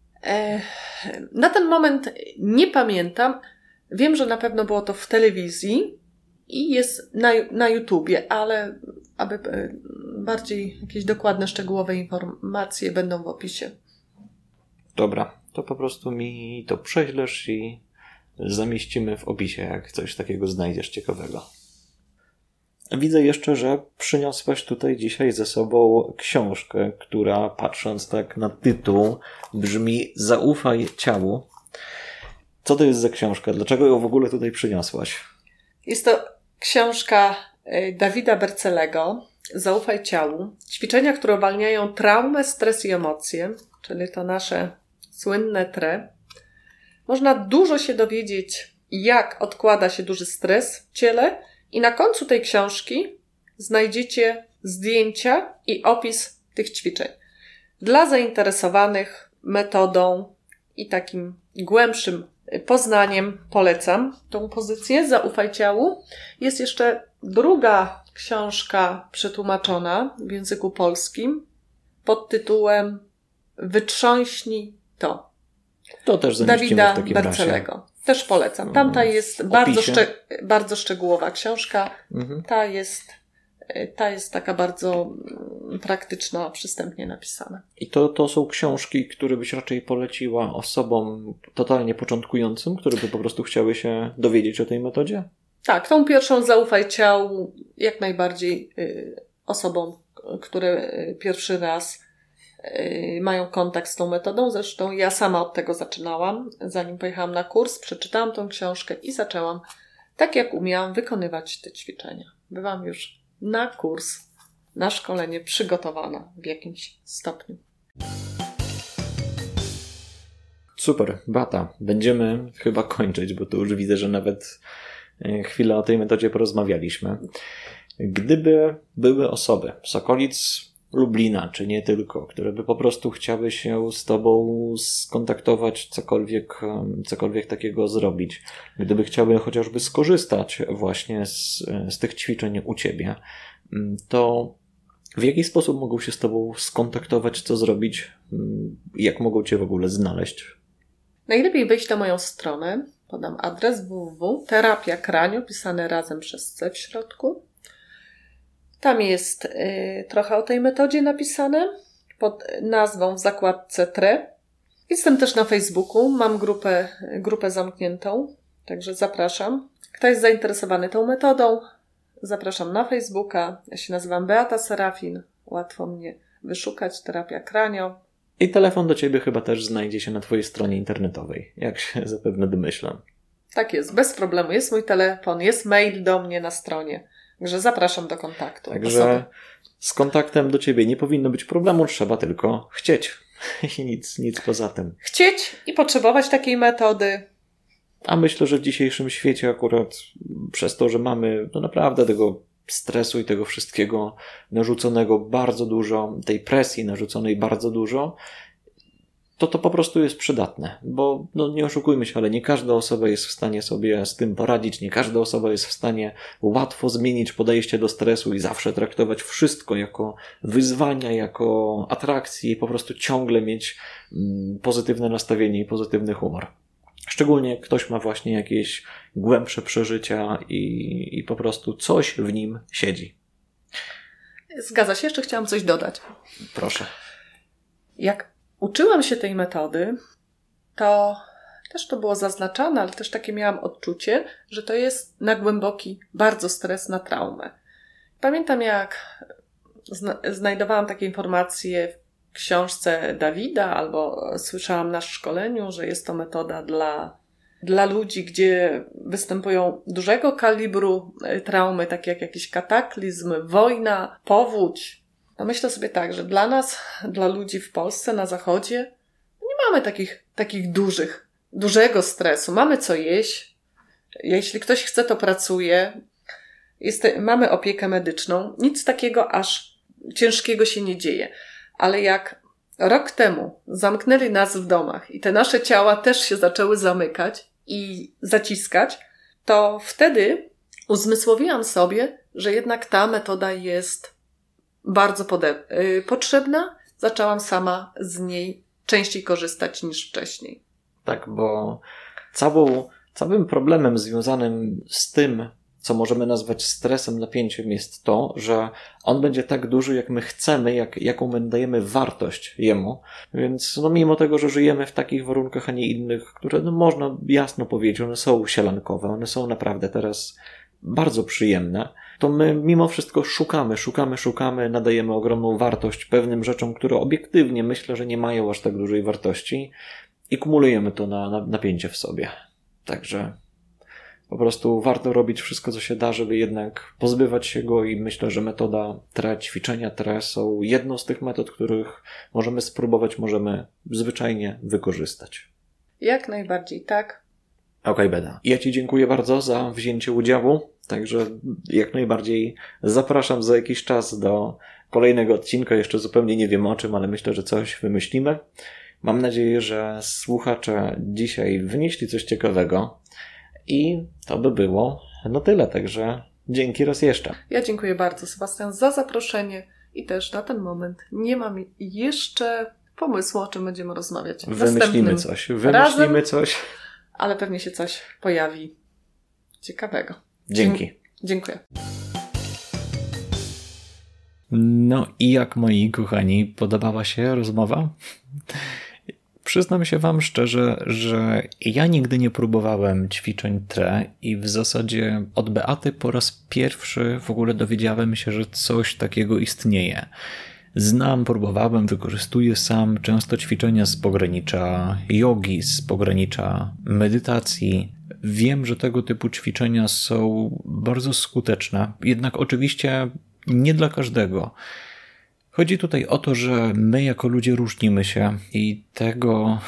Na ten moment nie pamiętam. Wiem, że na pewno było to w telewizji i jest na, na YouTubie, ale aby bardziej jakieś dokładne, szczegółowe informacje będą w opisie. Dobra, to po prostu mi to prześlesz i zamieścimy w opisie, jak coś takiego znajdziesz ciekawego. Widzę jeszcze, że przyniosłaś tutaj dzisiaj ze sobą książkę, która patrząc tak na tytuł brzmi Zaufaj ciału. Co to jest za książka? Dlaczego ją w ogóle tutaj przyniosłaś? Jest to książka Dawida Bercelego Zaufaj ciału. Ćwiczenia, które uwalniają traumę, stres i emocje, czyli to nasze słynne T R E. Można dużo się dowiedzieć, jak odkłada się duży stres w ciele. I na końcu tej książki znajdziecie zdjęcia i opis tych ćwiczeń. Dla zainteresowanych metodą i takim głębszym poznaniem polecam tą pozycję Zaufaj ciału. Jest jeszcze druga książka przetłumaczona w języku polskim pod tytułem Wytrząśnij to. To też zamieścimy Dawida w takim Bercelego. razie. Też polecam. Tamta jest bardzo, szcze- bardzo szczegółowa książka. Mhm. Ta jest, ta jest taka bardzo praktyczna, przystępnie napisana. I to, to są książki, które byś raczej poleciła osobom totalnie początkującym, które by po prostu chciały się dowiedzieć o tej metodzie? Tak, tą pierwszą Zaufaj ciału jak najbardziej y, osobom, które pierwszy raz mają kontakt z tą metodą. Zresztą ja sama od tego zaczynałam. Zanim pojechałam na kurs, przeczytałam tą książkę i zaczęłam, tak jak umiałam, wykonywać te ćwiczenia. Byłam już na kurs, na szkolenie przygotowana w jakimś stopniu. Super, Beata. Będziemy chyba kończyć, bo tu już widzę, że nawet chwilę o tej metodzie porozmawialiśmy. Gdyby były osoby z okolic Lublina, czy nie tylko, które by po prostu chciały się z tobą skontaktować, cokolwiek, cokolwiek takiego zrobić. Gdyby chciały chociażby skorzystać właśnie z, z tych ćwiczeń u ciebie, to w jaki sposób mogą się z tobą skontaktować, co zrobić, jak mogą cię w ogóle znaleźć? Najlepiej wejść na moją stronę, podam adres w w w kropka terapia kranio, pisane razem przez C w środku. Tam jest y, trochę o tej metodzie napisane pod nazwą w zakładce T R E. Jestem też na Facebooku, mam grupę, grupę zamkniętą, także zapraszam. Kto jest zainteresowany tą metodą, zapraszam na Facebooka. Ja się nazywam Beata Serafin, łatwo mnie wyszukać, terapia kranio. I telefon do ciebie chyba też znajdzie się na twojej stronie internetowej, jak się zapewne domyślam. Tak jest, bez problemu. Jest mój telefon, jest mail do mnie na stronie. Także zapraszam do kontaktu. Także osoby. Z kontaktem do ciebie nie powinno być problemu, trzeba tylko chcieć. I nic, nic poza tym. Chcieć i potrzebować takiej metody. A myślę, że w dzisiejszym świecie akurat przez to, że mamy no naprawdę tego stresu i tego wszystkiego narzuconego bardzo dużo, tej presji narzuconej bardzo dużo, to to po prostu jest przydatne, bo no nie oszukujmy się, ale nie każda osoba jest w stanie sobie z tym poradzić, nie każda osoba jest w stanie łatwo zmienić podejście do stresu i zawsze traktować wszystko jako wyzwania, jako atrakcje i po prostu ciągle mieć pozytywne nastawienie i pozytywny humor. Szczególnie jak ktoś ma właśnie jakieś głębsze przeżycia i, i po prostu coś w nim siedzi. Zgadza się, jeszcze chciałam coś dodać. Proszę. Jak uczyłam się tej metody, to też to było zaznaczane, ale też takie miałam odczucie, że to jest na głęboki bardzo stres, na traumę. Pamiętam, jak zna- znajdowałam takie informacje w książce Dawida albo słyszałam na szkoleniu, że jest to metoda dla, dla ludzi, gdzie występują dużego kalibru traumy, takie jak jakiś kataklizm, wojna, powódź. No myślę sobie tak, że dla nas, dla ludzi w Polsce, na Zachodzie, nie mamy takich, takich dużych, dużego stresu. Mamy co jeść. Jeśli ktoś chce, to pracuje. Jest, mamy opiekę medyczną. Nic takiego aż ciężkiego się nie dzieje. Ale jak rok temu zamknęli nas w domach i te nasze ciała też się zaczęły zamykać i zaciskać, to wtedy uzmysłowiłam sobie, że jednak ta metoda jest bardzo pode- yy, potrzebna. Zaczęłam sama z niej częściej korzystać niż wcześniej. Tak, bo całą, całym problemem związanym z tym, co możemy nazwać stresem, napięciem, jest to, że on będzie tak duży, jak my chcemy, jak, jaką my dajemy wartość jemu. Więc no, mimo tego, że żyjemy w takich warunkach, a nie innych, które no, można jasno powiedzieć, one są sielankowe, one są naprawdę teraz bardzo przyjemne, to my mimo wszystko szukamy, szukamy, szukamy, nadajemy ogromną wartość pewnym rzeczom, które obiektywnie myślę, że nie mają aż tak dużej wartości i kumulujemy to na, na napięcie w sobie. Także po prostu warto robić wszystko, co się da, żeby jednak pozbywać się go i myślę, że metoda T R E, ćwiczenia T R E są jedną z tych metod, których możemy spróbować, możemy zwyczajnie wykorzystać. Jak najbardziej tak. Okej, okay, Beda. Ja Ci dziękuję bardzo za wzięcie udziału, także jak najbardziej zapraszam za jakiś czas do kolejnego odcinka. Jeszcze zupełnie nie wiem o czym, ale myślę, że coś wymyślimy. Mam nadzieję, że słuchacze dzisiaj wynieśli coś ciekawego i to by było no tyle, także dzięki raz jeszcze. Ja dziękuję bardzo, Sebastian, za zaproszenie i też na ten moment nie mam jeszcze pomysłu, o czym będziemy rozmawiać. Wymyślimy coś, wymyślimy razem, coś. Ale pewnie się coś pojawi ciekawego. Dzięki. Dziękuję. No i jak, moi kochani, podobała się rozmowa? Przyznam się wam szczerze, że ja nigdy nie próbowałem ćwiczeń T R E i w zasadzie od Beaty po raz pierwszy w ogóle dowiedziałem się, że coś takiego istnieje. Znam, próbowałem, wykorzystuję sam często ćwiczenia z pogranicza jogi, z pogranicza medytacji. Wiem, że tego typu ćwiczenia są bardzo skuteczne, jednak oczywiście nie dla każdego. Chodzi tutaj o to, że my jako ludzie różnimy się i tego...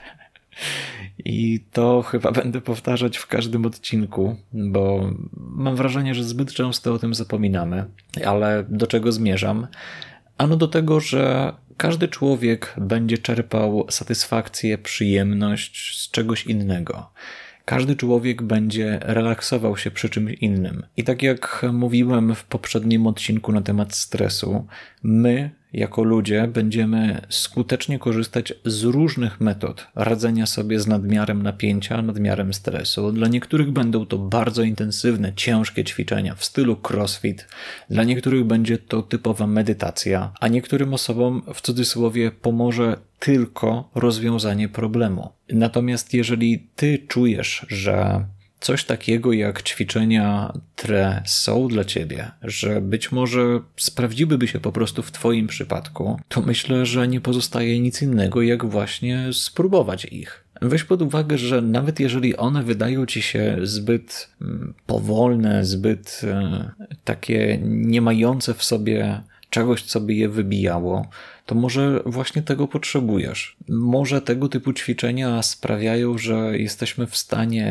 I to chyba będę powtarzać w każdym odcinku, bo mam wrażenie, że zbyt często o tym zapominamy. Ale do czego zmierzam? Ano do tego, że każdy człowiek będzie czerpał satysfakcję, przyjemność z czegoś innego. Każdy człowiek będzie relaksował się przy czymś innym. I tak jak mówiłem w poprzednim odcinku na temat stresu, my jako ludzie będziemy skutecznie korzystać z różnych metod radzenia sobie z nadmiarem napięcia, nadmiarem stresu. Dla niektórych będą to bardzo intensywne, ciężkie ćwiczenia w stylu crossfit. Dla niektórych będzie to typowa medytacja, a niektórym osobom w cudzysłowie pomoże tylko rozwiązanie problemu. Natomiast jeżeli ty czujesz, że coś takiego jak ćwiczenia T R E są dla ciebie, że być może sprawdziłyby się po prostu w twoim przypadku, to myślę, że nie pozostaje nic innego, jak właśnie spróbować ich. Weź pod uwagę, że nawet jeżeli one wydają ci się zbyt powolne, zbyt takie nie mające w sobie czegoś, co by je wybijało, to może właśnie tego potrzebujesz. Może tego typu ćwiczenia sprawiają, że jesteśmy w stanie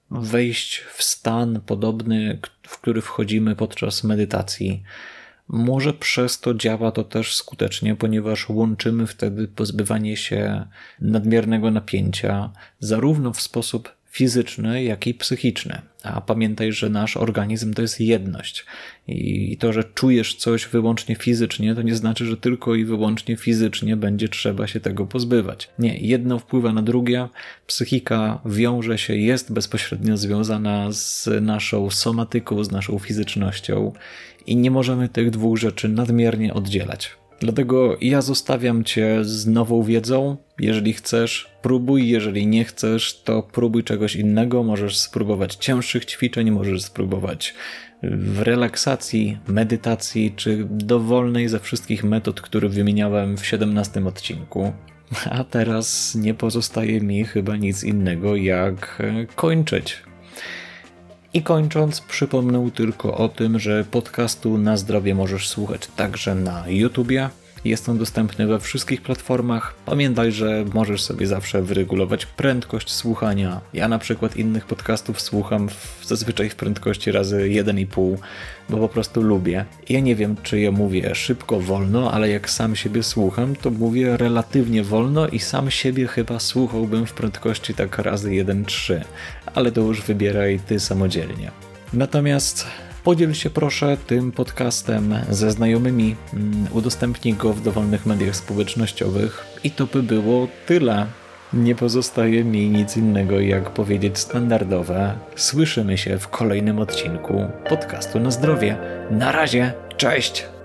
wejść w stan podobny, w który wchodzimy podczas medytacji. Może przez to działa to też skutecznie, ponieważ łączymy wtedy pozbywanie się nadmiernego napięcia, zarówno w sposób fizyczny, jak i psychiczny. A pamiętaj, że nasz organizm to jest jedność. I to, że czujesz coś wyłącznie fizycznie, to nie znaczy, że tylko i wyłącznie fizycznie będzie trzeba się tego pozbywać. Nie, jedno wpływa na drugie. Psychika wiąże się, jest bezpośrednio związana z naszą somatyką, z naszą fizycznością i nie możemy tych dwóch rzeczy nadmiernie oddzielać. Dlatego ja zostawiam Cię z nową wiedzą. Jeżeli chcesz, próbuj. Jeżeli nie chcesz, to próbuj czegoś innego. Możesz spróbować cięższych ćwiczeń, możesz spróbować w relaksacji, medytacji, czy dowolnej ze wszystkich metod, które wymieniałem w siedemnastym odcinku. A teraz nie pozostaje mi chyba nic innego, jak kończyć. I kończąc, przypomnę tylko o tym, że podcastu Na Zdrowie możesz słuchać także na YouTubie. Jest on dostępny we wszystkich platformach. Pamiętaj, że możesz sobie zawsze wyregulować prędkość słuchania. Ja na przykład innych podcastów słucham w, zazwyczaj w prędkości razy jeden i pół, bo po prostu lubię. Ja nie wiem, czy ja mówię szybko, wolno, ale jak sam siebie słucham, to mówię relatywnie wolno i sam siebie chyba słuchałbym w prędkości tak razy jeden trzy. Ale to już wybieraj ty samodzielnie. Natomiast podziel się proszę tym podcastem ze znajomymi, udostępnij go w dowolnych mediach społecznościowych i to by było tyle. Nie pozostaje mi nic innego jak powiedzieć standardowe. Słyszymy się w kolejnym odcinku podcastu Na Zdrowie. Na razie, cześć!